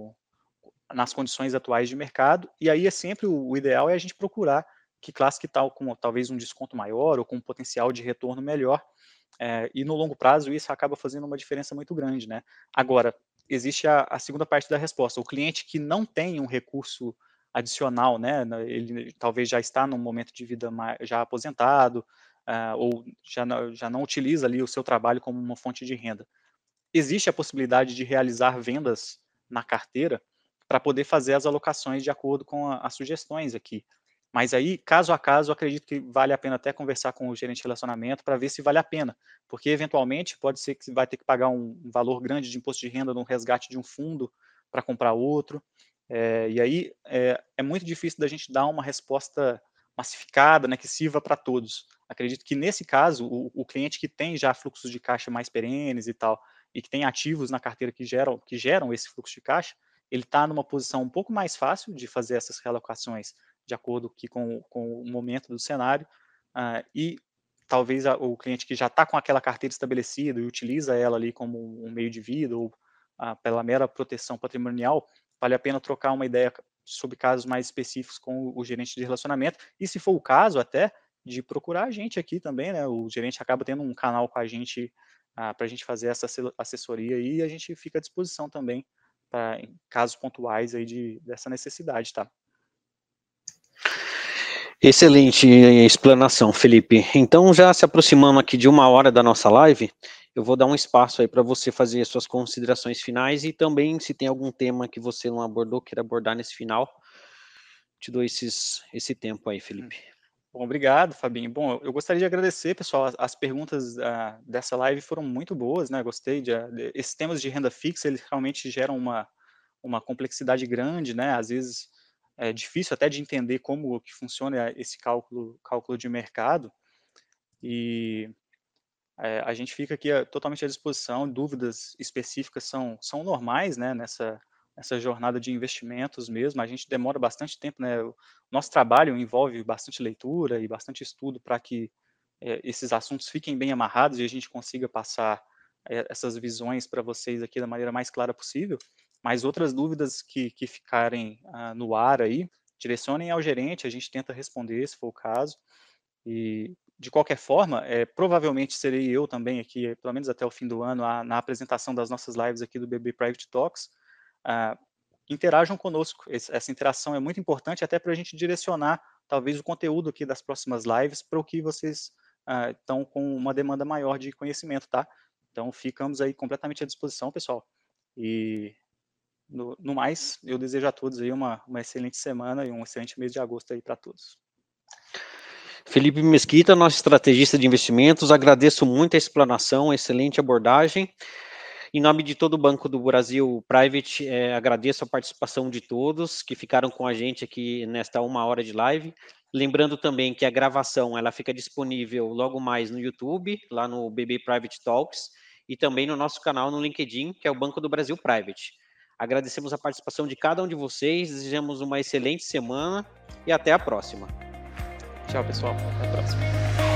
nas condições atuais de mercado, e aí é sempre o ideal é a gente procurar que classe que tal com talvez um desconto maior ou com um potencial de retorno melhor, e no longo prazo isso acaba fazendo uma diferença muito grande, né. Agora, existe a segunda parte da resposta, o cliente que não tem um recurso adicional, né, ele talvez já está num momento de vida já aposentado, ou já não utiliza ali o seu trabalho como uma fonte de renda. Existe a possibilidade de realizar vendas na carteira para poder fazer as alocações de acordo com as sugestões aqui. Mas aí, caso a caso, eu acredito que vale a pena até conversar com o gerente de relacionamento para ver se vale a pena, porque eventualmente pode ser que você vai ter que pagar um valor grande de imposto de renda no resgate de um fundo para comprar outro, e aí é muito difícil da gente dar uma resposta massificada, né, que sirva para todos. Acredito que nesse caso, o cliente que tem já fluxos de caixa mais perenes e tal, e que tem ativos na carteira que geram esse fluxo de caixa, ele está numa posição um pouco mais fácil de fazer essas realocações de acordo com o momento do cenário, e talvez o cliente que já está com aquela carteira estabelecida e utiliza ela ali como um meio de vida ou pela mera proteção patrimonial, vale a pena trocar uma ideia sobre casos mais específicos com o gerente de relacionamento, e se for o caso até, de procurar a gente aqui também, né? O gerente acaba tendo um canal com a gente para a gente fazer essa assessoria e a gente fica à disposição também para casos pontuais aí dessa necessidade, tá?
Excelente explanação, Felipe. Então, já se aproximando aqui de 1 hora da nossa live, eu vou dar um espaço aí para você fazer as suas considerações finais e também, se tem algum tema que você não abordou, queira abordar nesse final, te dou esse tempo aí, Felipe.
Bom, obrigado, Fabinho. Bom, eu gostaria de agradecer, pessoal. As perguntas dessa live foram muito boas, né? Gostei esses temas de renda fixa, eles realmente geram uma complexidade grande, né? Às vezes é difícil até de entender como que funciona esse cálculo de mercado. E a gente fica aqui totalmente à disposição. Dúvidas específicas são normais, né? Nessa jornada de investimentos mesmo. A gente demora bastante tempo, né? O nosso trabalho envolve bastante leitura e bastante estudo para que esses assuntos fiquem bem amarrados e a gente consiga passar essas visões para vocês aqui da maneira mais clara possível. Mas outras dúvidas que ficarem no ar aí, direcionem ao gerente, a gente tenta responder, se for o caso. E, de qualquer forma, provavelmente serei eu também aqui, pelo menos até o fim do ano, na apresentação das nossas lives aqui do BB Private Talks. Interajam conosco. Essa interação é muito importante até para a gente direcionar, talvez, o conteúdo aqui das próximas lives para o que vocês estão com uma demanda maior de conhecimento, tá? Então, ficamos aí completamente à disposição, pessoal. E, no mais, eu desejo a todos aí uma excelente semana e um excelente mês de agosto aí para todos.
Felipe Mesquita, nosso estrategista de investimentos, agradeço muito a explanação, excelente abordagem. Em nome de todo o Banco do Brasil Private, agradeço a participação de todos que ficaram com a gente aqui nesta 1 hora de live. Lembrando também que a gravação ela fica disponível logo mais no YouTube, lá no BB Private Talks, e também no nosso canal no LinkedIn, que é o Banco do Brasil Private. Agradecemos a participação de cada um de vocês, desejamos uma excelente semana e até a próxima.
Tchau, pessoal. Até a próxima.